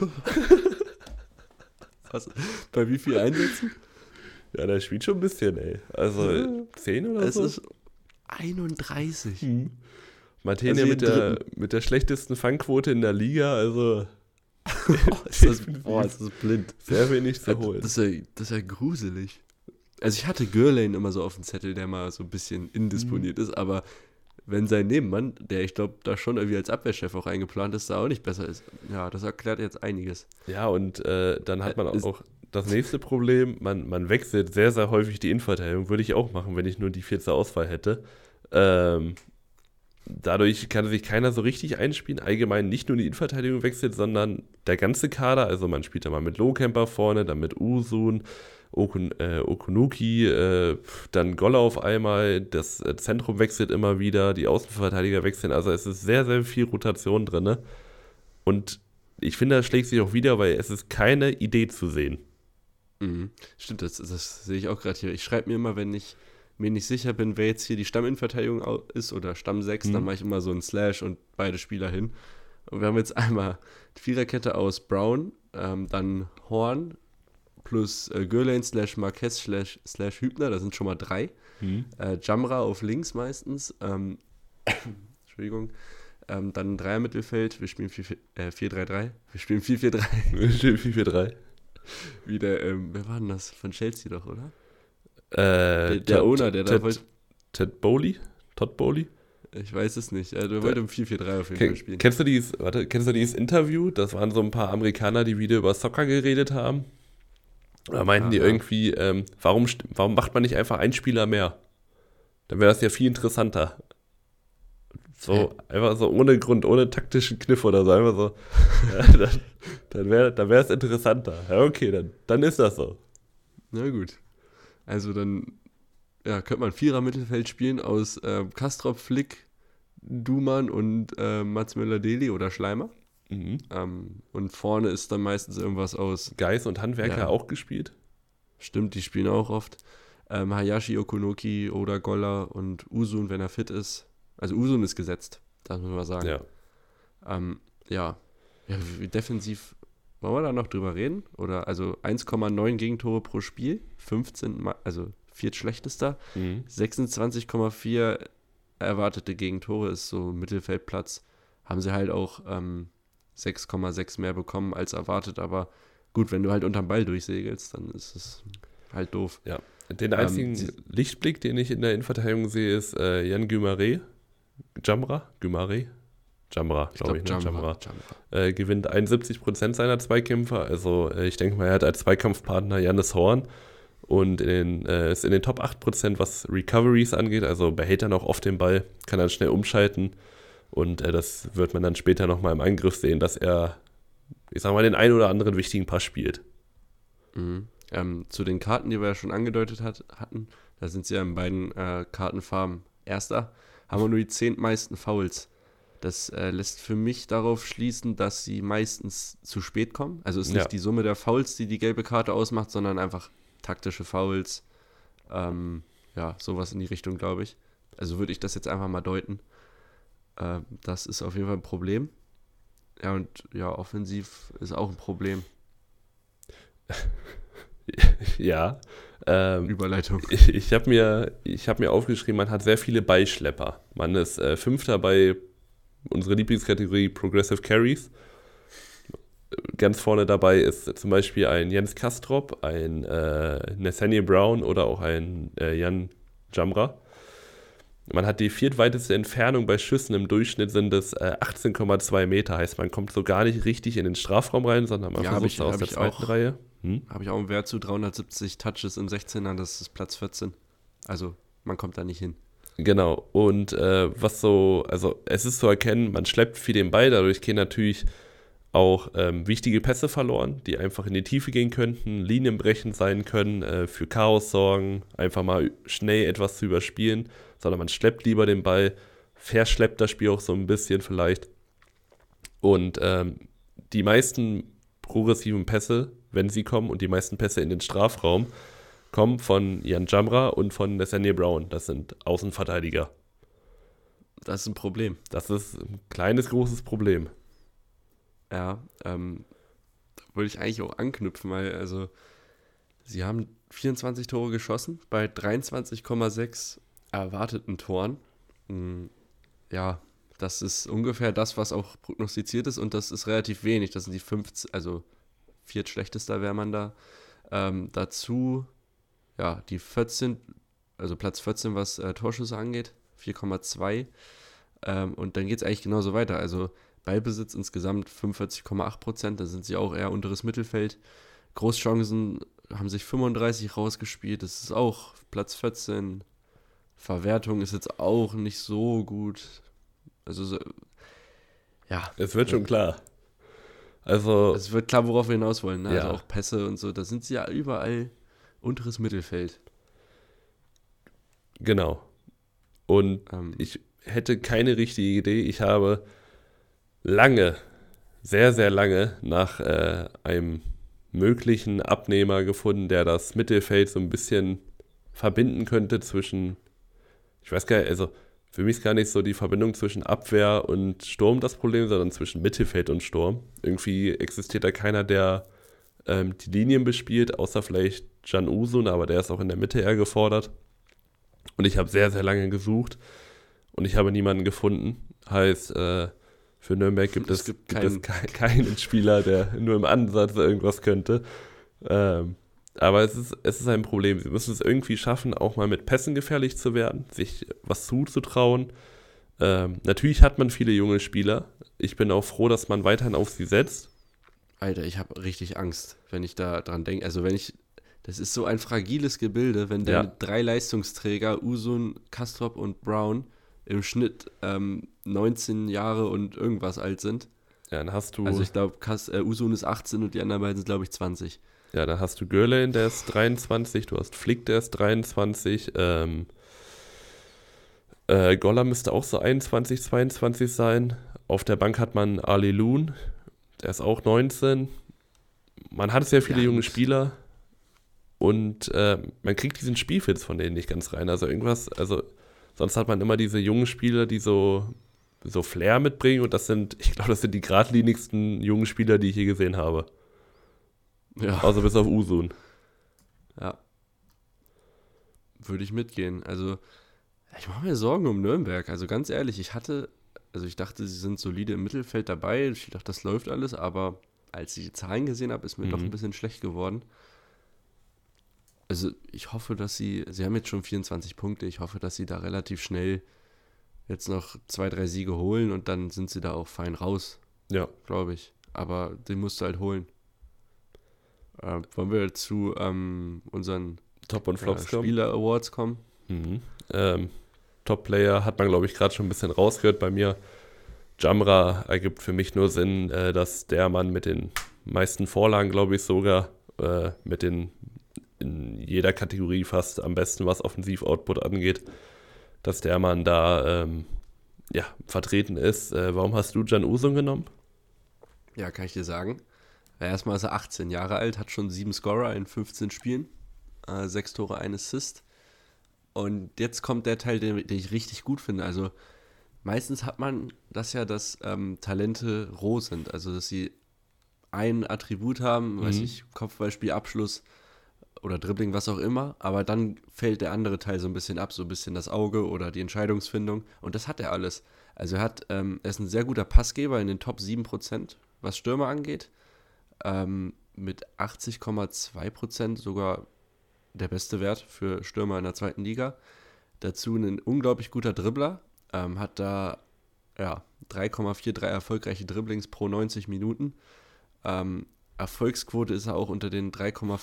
Bei wie viel Einsätzen? Ja, der spielt schon ein bisschen, ey. Also 10 oder so? Es ist 31. Martenia also mit der schlechtesten Fangquote in der Liga, also ist das blind. Sehr wenig zu holen. Das ist ja gruselig. Also ich hatte Gürlein immer so auf dem Zettel, der mal so ein bisschen indisponiert ist, aber wenn sein Nebenmann, der ich glaube da schon irgendwie als Abwehrchef auch eingeplant ist, da auch nicht besser ist. Ja, das erklärt jetzt einiges. Ja, und dann hat man auch das nächste Problem, man wechselt sehr, sehr häufig die Innenverteidigung, würde ich auch machen, wenn ich nur die 4 zur Auswahl hätte. Dadurch kann sich keiner so richtig einspielen. Allgemein nicht nur die Innenverteidigung wechselt, sondern der ganze Kader. Also man spielt da mal mit Lohkemper vorne, dann mit Usun, Okunuki, dann Golla auf einmal. Das Zentrum wechselt immer wieder, die Außenverteidiger wechseln. Also es ist sehr, sehr viel Rotation drin. Und ich finde, das schlägt sich auch wieder, weil es ist keine Idee zu sehen. Mhm. Stimmt, das sehe ich auch gerade hier. Ich schreibe mir immer, wenn ich mir nicht sicher bin, wer jetzt hier die Stamminnenverteidigung ist oder Stamm 6, dann mache ich immer so einen Slash und beide Spieler hin. Und wir haben jetzt einmal die Viererkette aus Brown, dann Horn plus Gürlane / Marquez / Hübner, das sind schon mal 3. Jamra auf links meistens. Entschuldigung. Dann ein Dreier-Mittelfeld, wir spielen 4-3-3. Wir spielen 4-4-3. Wir spielen 4-4-3. Wieder, wer war denn das? Von Chelsea doch, oder? Der Owner, der da wollte. Todd Bowley? Ich weiß es nicht. Der wollte im 4-4-3 auf jeden Fall spielen. Kennst du dieses Interview? Das waren so ein paar Amerikaner, die wieder über Soccer geredet haben. Da meinten die irgendwie, warum macht man nicht einfach einen Spieler mehr? Dann wäre das ja viel interessanter. So, einfach so ohne Grund, ohne taktischen Kniff oder so. Einfach so. Ja, dann wäre es interessanter. Ja, okay, dann ist das so. Na gut. Also dann könnte man Vierer-Mittelfeld spielen aus Kastrop, Flick, Duman und Mats Möller-Deli oder Schleimer. Und vorne ist dann meistens irgendwas aus Geis und Handwerker auch gespielt. Stimmt, die spielen auch oft. Hayashi, Okunoki oder Golla und Usun, wenn er fit ist. Also Usun ist gesetzt, das muss man sagen. Ja. Wie defensiv, wollen wir da noch drüber reden? Oder also 1,9 Gegentore pro Spiel, 15, also viertschlechtester, 26,4 erwartete Gegentore ist so Mittelfeldplatz. Haben sie halt auch 6,6 mehr bekommen als erwartet, aber gut, wenn du halt unterm Ball durchsegelst, dann ist es halt doof. Ja, den einzigen Lichtblick, den ich in der Innenverteidigung sehe, ist Jan Guimarães. Jamra, glaube ich, ne? Jamra. Gewinnt 71% seiner Zweikämpfe. Also ich denke mal, er hat als Zweikampfpartner Jannis Horn und ist in den Top 8%, was Recoveries angeht. Also behält dann auch oft den Ball, kann dann schnell umschalten. Und das wird man dann später nochmal im Angriff sehen, dass er, ich sag mal, den einen oder anderen wichtigen Pass spielt. Zu den Karten, die wir ja schon angedeutet hatten, da sind sie ja in beiden Kartenfarben Erster, haben wir nur die 10 meisten Fouls. Das lässt für mich darauf schließen, dass sie meistens zu spät kommen. Also ist nicht die Summe der Fouls, die gelbe Karte ausmacht, sondern einfach taktische Fouls. Sowas in die Richtung, glaube ich. Also würde ich das jetzt einfach mal deuten. Das ist auf jeden Fall ein Problem. Ja, und offensiv ist auch ein Problem. Ja. Überleitung. Ich hab mir aufgeschrieben, man hat sehr viele Ballschlepper. Man ist Fünfter bei unserer Lieblingskategorie Progressive Carries. Ganz vorne dabei ist zum Beispiel ein Jens Kastrop, ein Nathaniel Brown oder auch ein Jan Jamra. Man hat die viertweiteste Entfernung bei Schüssen, im Durchschnitt sind es 18,2 Meter. Heißt, man kommt so gar nicht richtig in den Strafraum rein, sondern man versucht aus der zweiten Reihe. Habe ich auch einen Wert zu 370 Touches im 16er, das ist Platz 14. Also man kommt da nicht hin. Genau, und es ist zu erkennen, man schleppt viel den Ball, dadurch gehen natürlich auch wichtige Pässe verloren, die einfach in die Tiefe gehen könnten, linienbrechend sein können, für Chaos sorgen, einfach mal schnell etwas zu überspielen, sondern man schleppt lieber den Ball, verschleppt das Spiel auch so ein bisschen vielleicht. Und die meisten progressiven Pässe, wenn sie kommen, und die meisten Pässe in den Strafraum, kommen von Jan Jamra und von Nathaniel Brown. Das sind Außenverteidiger. Das ist ein Problem. Das ist ein kleines, großes Problem. Ja, da wollte ich eigentlich auch anknüpfen, weil sie haben 24 Tore geschossen bei 23,6 erwarteten Toren. Ja, das ist ungefähr das, was auch prognostiziert ist, und das ist relativ wenig. Das sind die 15, also viertschlechtester wäre man da. Dazu, die 14, also Platz 14, was Torschüsse angeht, 4,2. Und dann geht es eigentlich genauso weiter. Also Ballbesitz insgesamt 45,8%, da sind sie auch eher unteres Mittelfeld. Großchancen haben sich 35 rausgespielt, das ist auch Platz 14. Verwertung ist jetzt auch nicht so gut. Also, ja. Es wird schon klar. Also. Es wird klar, worauf wir hinaus wollen. Ne? Ja. Also auch Pässe und so, da sind sie ja überall unteres Mittelfeld. Genau. Und ich hätte keine richtige Idee. Ich habe lange, sehr, sehr lange nach einem möglichen Abnehmer gefunden, der das Mittelfeld so ein bisschen verbinden könnte zwischen, ich weiß gar nicht, also für mich ist gar nicht so die Verbindung zwischen Abwehr und Sturm das Problem, sondern zwischen Mittelfeld und Sturm. Irgendwie existiert da keiner, der die Linien bespielt, außer vielleicht Can Usun, aber der ist auch in der Mitte eher gefordert. Und ich habe sehr, sehr lange gesucht und ich habe niemanden gefunden. Heißt, für Nürnberg gibt es keinen Spieler, der nur im Ansatz irgendwas könnte. Aber es ist ein Problem. Sie müssen es irgendwie schaffen, auch mal mit Pässen gefährlich zu werden, sich was zuzutrauen. Natürlich hat man viele junge Spieler. Ich bin auch froh, dass man weiterhin auf sie setzt. Alter, ich habe richtig Angst, wenn ich da dran denke. Also das ist so ein fragiles Gebilde, wenn deine 3 Leistungsträger, Usun, Kastrop und Brown, im Schnitt 19 Jahre und irgendwas alt sind. Ja, dann hast du. Also ich glaube, Usun ist 18 und die anderen beiden sind, glaube ich, 20. Ja, dann hast du Görlein, der ist 23, du hast Flick, der ist 23, Goller müsste auch so 21, 22 sein. Auf der Bank hat man Ali Loon, der ist auch 19. Man hat sehr viele junge Spieler und man kriegt diesen Spielfitz von denen nicht ganz rein. Also sonst hat man immer diese jungen Spieler, die so Flair mitbringen und ich glaube, das sind die geradlinigsten jungen Spieler, die ich je gesehen habe. Ja. Außer bis auf Usun. Ja. Würde ich mitgehen. Also, ich mache mir Sorgen um Nürnberg. Also ganz ehrlich, ich dachte, sie sind solide im Mittelfeld dabei. Ich dachte, das läuft alles, aber als ich die Zahlen gesehen habe, ist mir doch ein bisschen schlecht geworden. Also ich hoffe, dass sie haben jetzt schon 24 Punkte, ich hoffe, dass sie da relativ schnell jetzt noch 2, 3 Siege holen und dann sind sie da auch fein raus. Ja. Glaube ich. Aber den musst du halt holen. Wollen wir zu unseren Top- und Flops Spieler-Awards kommen? Top-Player hat man, glaube ich, gerade schon ein bisschen rausgehört bei mir. Jamra ergibt für mich nur Sinn, dass der Mann mit den meisten Vorlagen, glaube ich, sogar mit den in jeder Kategorie fast am besten, was Offensiv-Output angeht, dass der Mann da vertreten ist. Warum hast du Can Usun genommen? Ja, kann ich dir sagen. Erstmal ist er 18 Jahre alt, hat schon 7 Scorer in 15 Spielen, 6 Tore, 1 Assist. Und jetzt kommt der Teil, den ich richtig gut finde. Also meistens hat man das ja, dass Talente roh sind. Also dass sie ein Attribut haben, weiß ich, Kopfballspiel, Abschluss oder Dribbling, was auch immer. Aber dann fällt der andere Teil so ein bisschen ab, so ein bisschen das Auge oder die Entscheidungsfindung. Und das hat er alles. Also er ist ein sehr guter Passgeber in den Top 7%, was Stürmer angeht. Mit 80,2% sogar der beste Wert für Stürmer in der 2. Liga. Dazu ein unglaublich guter Dribbler, hat da 3,43 erfolgreiche Dribblings pro 90 Minuten. Erfolgsquote ist er auch unter den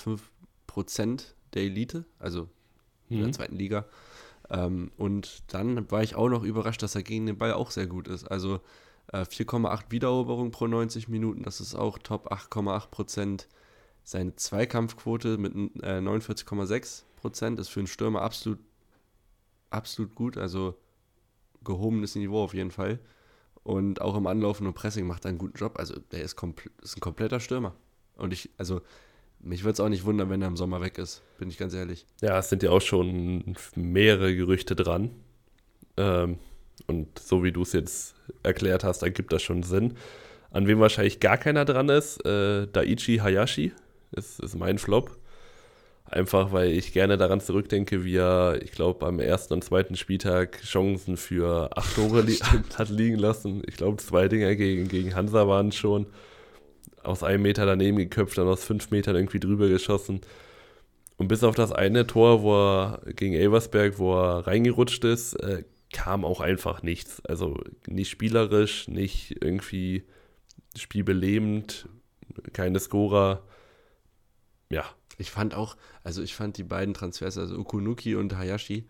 3,5% der Elite, also in der 2. Liga. Und dann war ich auch noch überrascht, dass er gegen den Ball auch sehr gut ist. Also 4,8 Wiedereroberung pro 90 Minuten, das ist auch top, 8,8%. Seine Zweikampfquote mit 49,6% ist für einen Stürmer absolut gut, also gehobenes Niveau auf jeden Fall. Und auch im Anlaufen und Pressing macht er einen guten Job. Also der ist ein kompletter Stürmer. Und mich würde es auch nicht wundern, wenn er im Sommer weg ist, bin ich ganz ehrlich. Ja, es sind ja auch schon mehrere Gerüchte dran. Und so wie du es jetzt erklärt hast, ergibt das schon Sinn. An wem wahrscheinlich gar keiner dran ist, Daichi Hayashi ist mein Flop. Einfach, weil ich gerne daran zurückdenke, wie er, ich glaube, am 1. und 2. Spieltag Chancen für 8 Tore hat liegen lassen. Ich glaube, 2 Dinger gegen Hansa waren schon. Aus 1 Meter daneben geköpft, dann aus 5 Metern irgendwie drüber geschossen. Und bis auf das eine Tor, wo er gegen Elversberg, wo er reingerutscht ist, kam auch einfach nichts. Also nicht spielerisch, nicht irgendwie spielbelebend, keine Scorer. Ja. Ich fand die beiden Transfers, also Okunuki und Hayashi,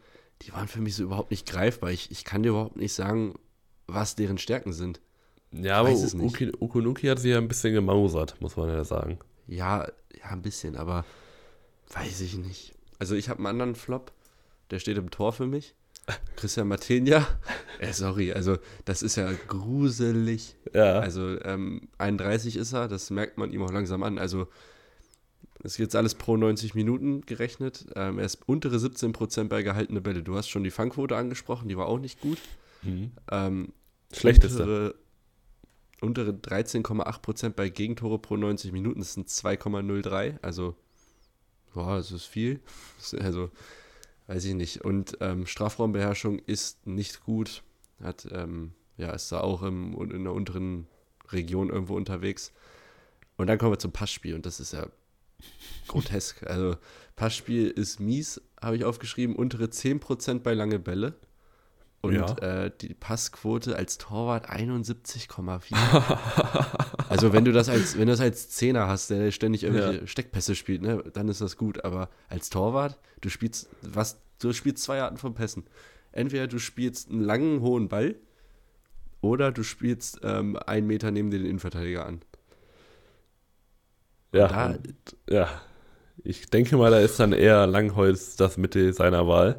die waren für mich so überhaupt nicht greifbar. Ich kann dir überhaupt nicht sagen, was deren Stärken sind. Ja, aber Okunuki hat sich ja ein bisschen gemausert, muss man ja sagen. Ja, ein bisschen, aber weiß ich nicht. Also ich habe einen anderen Flop, der steht im Tor für mich. Christian Martinia. Sorry, also das ist ja gruselig. Ja. Also 31 ist er, das merkt man ihm auch langsam an. Also es ist jetzt alles pro 90 Minuten gerechnet. Er ist untere 17% bei gehaltene Bälle. Du hast schon die Fangquote angesprochen, die war auch nicht gut. Schlechteste. Untere 13,8% bei Gegentore pro 90 Minuten, das sind 2,03. Also, boah, das ist viel. Also, weiß ich nicht. Und Strafraumbeherrschung ist nicht gut. Ist da auch in der unteren Region irgendwo unterwegs. Und dann kommen wir zum Passspiel und das ist ja grotesk. Also Passspiel ist mies, habe ich aufgeschrieben. Untere 10% bei lange Bälle. Und die Passquote als Torwart 71,4. Also wenn du das als Zehner hast, der ständig irgendwelche Steckpässe spielt, ne, dann ist das gut. Aber als Torwart, du spielst zwei Arten von Pässen. Entweder du spielst einen langen, hohen Ball oder du spielst 1 Meter neben den Innenverteidiger an. Ich denke mal, da ist dann eher Langholz das Mittel seiner Wahl.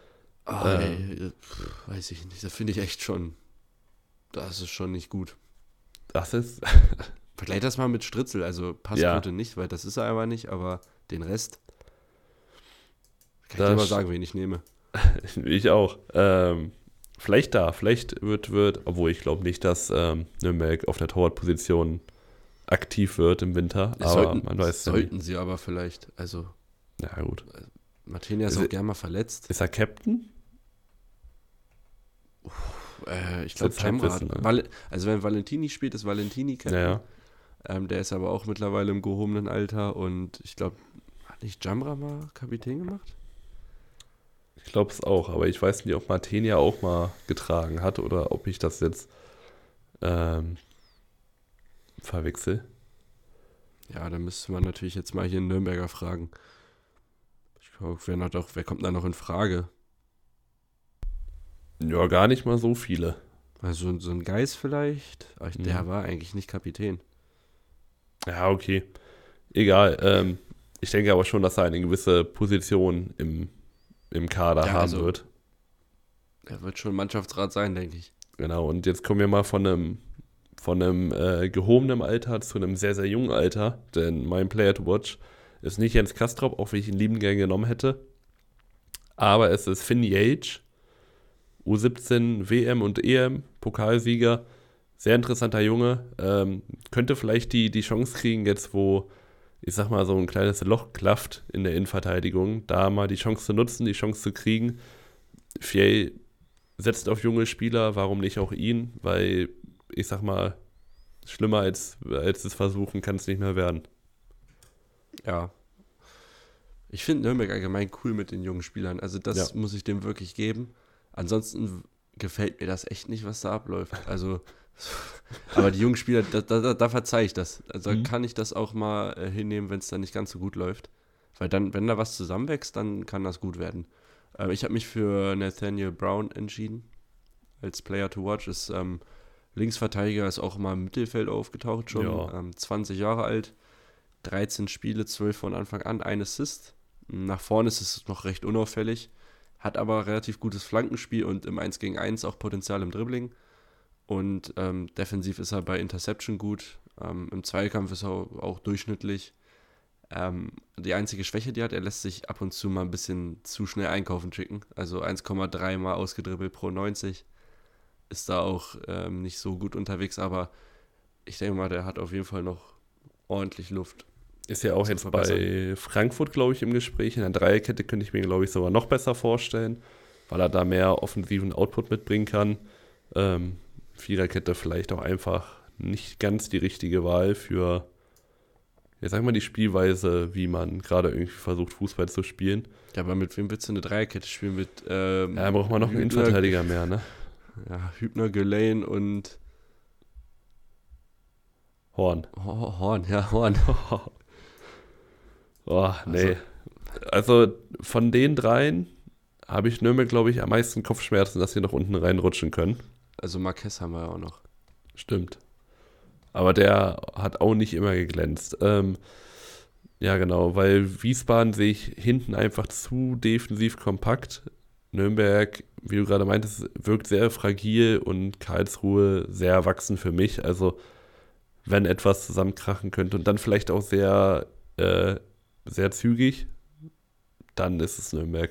Weiß ich nicht. Das finde ich echt schon. Das ist schon nicht gut. Das ist. Vergleich das mal mit Stritzel. Also Passquote nicht, weil das ist er aber nicht, aber den Rest. Kann ich dir mal sagen, wen ich nehme. Ich auch. Vielleicht wird, obwohl ich glaube nicht, dass Nürnberg auf der Torwartposition aktiv wird im Winter. Sollten sie aber vielleicht. Also. Ja, gut. Martinia ist auch gerne mal verletzt. Ist er Captain? Ich glaube, Jamra. Also wenn Valentini spielt, ist Valentini Captain. Ja. Der ist aber auch mittlerweile im gehobenen Alter und ich glaube, hat nicht Jamra mal Kapitän gemacht? Ich glaube es auch, aber ich weiß nicht, ob Martinia auch mal getragen hat oder ob ich das jetzt verwechsel. Ja, da müsste man natürlich jetzt mal hier einen Nürnberger fragen. Ich glaube, wer kommt da noch in Frage? Ja, gar nicht mal so viele. Also so ein Geis vielleicht? Aber der war eigentlich nicht Kapitän. Ja, okay. Egal. Ich denke aber schon, dass er eine gewisse Position im Kader haben wird. Er wird schon Mannschaftsrat sein, denke ich. Genau, und jetzt kommen wir mal von einem gehobenen Alter zu einem sehr, sehr jungen Alter. Denn mein Player to watch ist nicht Jens Kastrop, auch wenn ich ihn liebend gern genommen hätte. Aber es ist Finn Yates, U17 WM und EM, Pokalsieger. Sehr interessanter Junge. Könnte vielleicht die Chance kriegen, jetzt wo, ich sag mal, so ein kleines Loch klafft in der Innenverteidigung, da mal die Chance zu nutzen, die Chance zu kriegen. Fiel setzt auf junge Spieler, warum nicht auch ihn? Weil, ich sag mal, schlimmer als das Versuchen kann es nicht mehr werden. Ja. Ich finde Nürnberg allgemein cool mit den jungen Spielern. Also das muss ich dem wirklich geben. Ansonsten gefällt mir das echt nicht, was da abläuft. Also, aber die jungen Spieler, da verzeihe ich das. Also kann ich das auch mal hinnehmen, wenn es dann nicht ganz so gut läuft. Weil dann, wenn da was zusammenwächst, dann kann das gut werden. Ich habe mich für Nathaniel Brown entschieden. Als Player to watch. Ist Linksverteidiger, ist auch mal im Mittelfeld aufgetaucht schon. 20 Jahre alt. 13 Spiele, 12 von Anfang an, ein Assist. Nach vorne ist es noch recht unauffällig, hat aber relativ gutes Flankenspiel und im 1 gegen 1 auch Potenzial im Dribbling. Und defensiv ist er bei Interception gut. Im Zweikampf ist er auch durchschnittlich. Die einzige Schwäche, die er hat, er lässt sich ab und zu mal ein bisschen zu schnell einkaufen schicken. Also 1,3 Mal ausgedribbelt pro 90. Ist da auch nicht so gut unterwegs, aber ich denke mal, der hat auf jeden Fall noch ordentlich Luft. Ist ja auch jetzt bei Frankfurt, glaube ich, im Gespräch. In der Dreierkette könnte ich mir, glaube ich, sogar noch besser vorstellen, weil er da mehr offensiven Output mitbringen kann. Viererkette vielleicht auch einfach nicht ganz die richtige Wahl für, ja, sag mal, die Spielweise, wie man gerade irgendwie versucht, Fußball zu spielen. Ja, aber mit wem willst du eine Dreierkette spielen? Ja, braucht man noch einen Innenverteidiger mehr, ne? Ja, Hübner, Gülein und Horn. Horn. Oh, nee. Also von den dreien habe ich Nürnberg, glaube ich, am meisten Kopfschmerzen, dass sie noch unten reinrutschen können. Also Marquez haben wir ja auch noch. Stimmt. Aber der hat auch nicht immer geglänzt. Ja, genau, weil Wiesbaden sehe ich hinten einfach zu defensiv kompakt. Nürnberg, wie du gerade meintest, wirkt sehr fragil und Karlsruhe sehr erwachsen für mich. Also, wenn etwas zusammenkrachen könnte und dann vielleicht auch sehr, sehr zügig, dann ist es Nürnberg.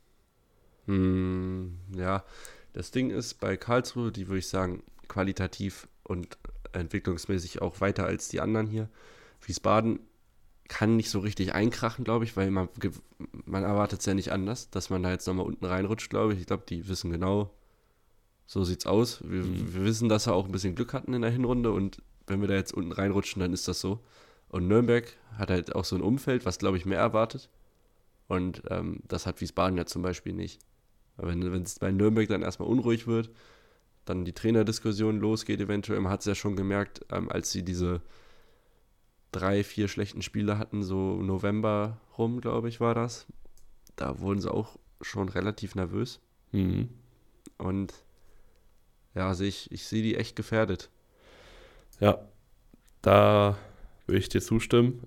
Ja, das Ding ist bei Karlsruhe, die würde ich sagen, qualitativ und entwicklungsmäßig auch weiter als die anderen hier. Wiesbaden kann nicht so richtig einkrachen, glaube ich, weil man erwartet es ja nicht anders, dass man da jetzt nochmal unten reinrutscht, glaube ich. Ich glaube, die wissen genau, so sieht's aus. Wir wissen, dass wir auch ein bisschen Glück hatten in der Hinrunde und wenn wir da jetzt unten reinrutschen, dann ist das so. Und Nürnberg hat halt auch so ein Umfeld, was, glaube ich, mehr erwartet. Und das hat Wiesbaden ja zum Beispiel nicht. Wenn es bei Nürnberg dann erstmal unruhig wird, dann die Trainerdiskussion losgeht eventuell. Man hat es ja schon gemerkt, als sie diese 3-4 schlechten Spiele hatten, so November rum, glaube ich, war das. Da wurden sie auch schon relativ nervös. Und ja, ich sehe die echt gefährdet. Ja, da würde ich dir zustimmen.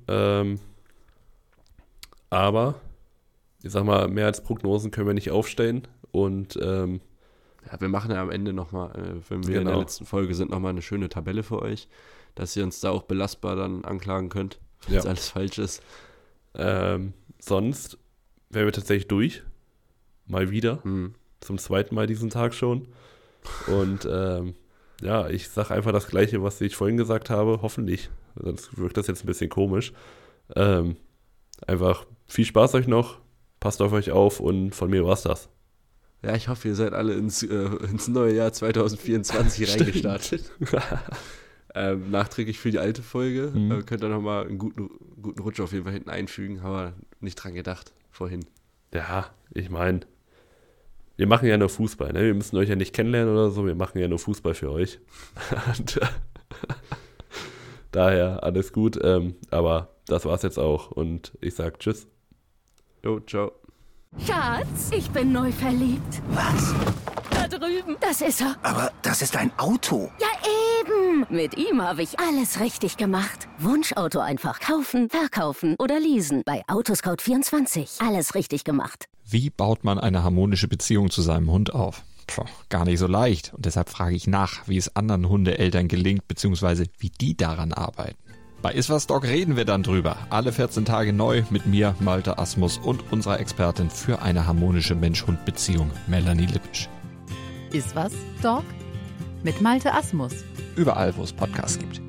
Aber, ich sag mal, mehr als Prognosen können wir nicht aufstellen. Und ja, wir machen ja am Ende nochmal, wenn wir in der letzten Folge sind, nochmal eine schöne Tabelle für euch, dass ihr uns da auch belastbar dann anklagen könnt, wenn es alles falsch ist. Sonst wären wir tatsächlich durch. Mal wieder. Zum zweiten Mal diesen Tag schon. Und ja, ich sage einfach das Gleiche, was ich vorhin gesagt habe. Hoffentlich. Sonst wirkt das jetzt ein bisschen komisch. Einfach viel Spaß euch noch. Passt auf euch auf und von mir war's das. Ja, ich hoffe, ihr seid alle ins neue Jahr 2024 reingestartet. Nachträglich für die alte Folge. Könnt ihr nochmal einen guten Rutsch auf jeden Fall hinten einfügen. Haben wir nicht dran gedacht vorhin. Ja, ich meine, wir machen ja nur Fußball. Ne? Wir müssen euch ja nicht kennenlernen oder so. Wir machen ja nur Fußball für euch. Und, daher alles gut. Aber das war's jetzt auch. Und ich sag Tschüss. Jo, ciao. Schatz, ich bin neu verliebt. Was? Da drüben. Das ist er. Aber das ist ein Auto. Ja, eben. Mit ihm habe ich alles richtig gemacht. Wunschauto einfach kaufen, verkaufen oder leasen. Bei Autoscout24. Alles richtig gemacht. Wie baut man eine harmonische Beziehung zu seinem Hund auf? Gar nicht so leicht. Und deshalb frage ich nach, wie es anderen Hundeeltern gelingt, beziehungsweise wie die daran arbeiten. Bei Iswas Dog reden wir dann drüber. Alle 14 Tage neu mit mir, Malte Asmus und unserer Expertin für eine harmonische Mensch-Hund-Beziehung, Melanie Lippisch. Iswas Dog mit Malte Asmus. Überall, wo es Podcasts gibt.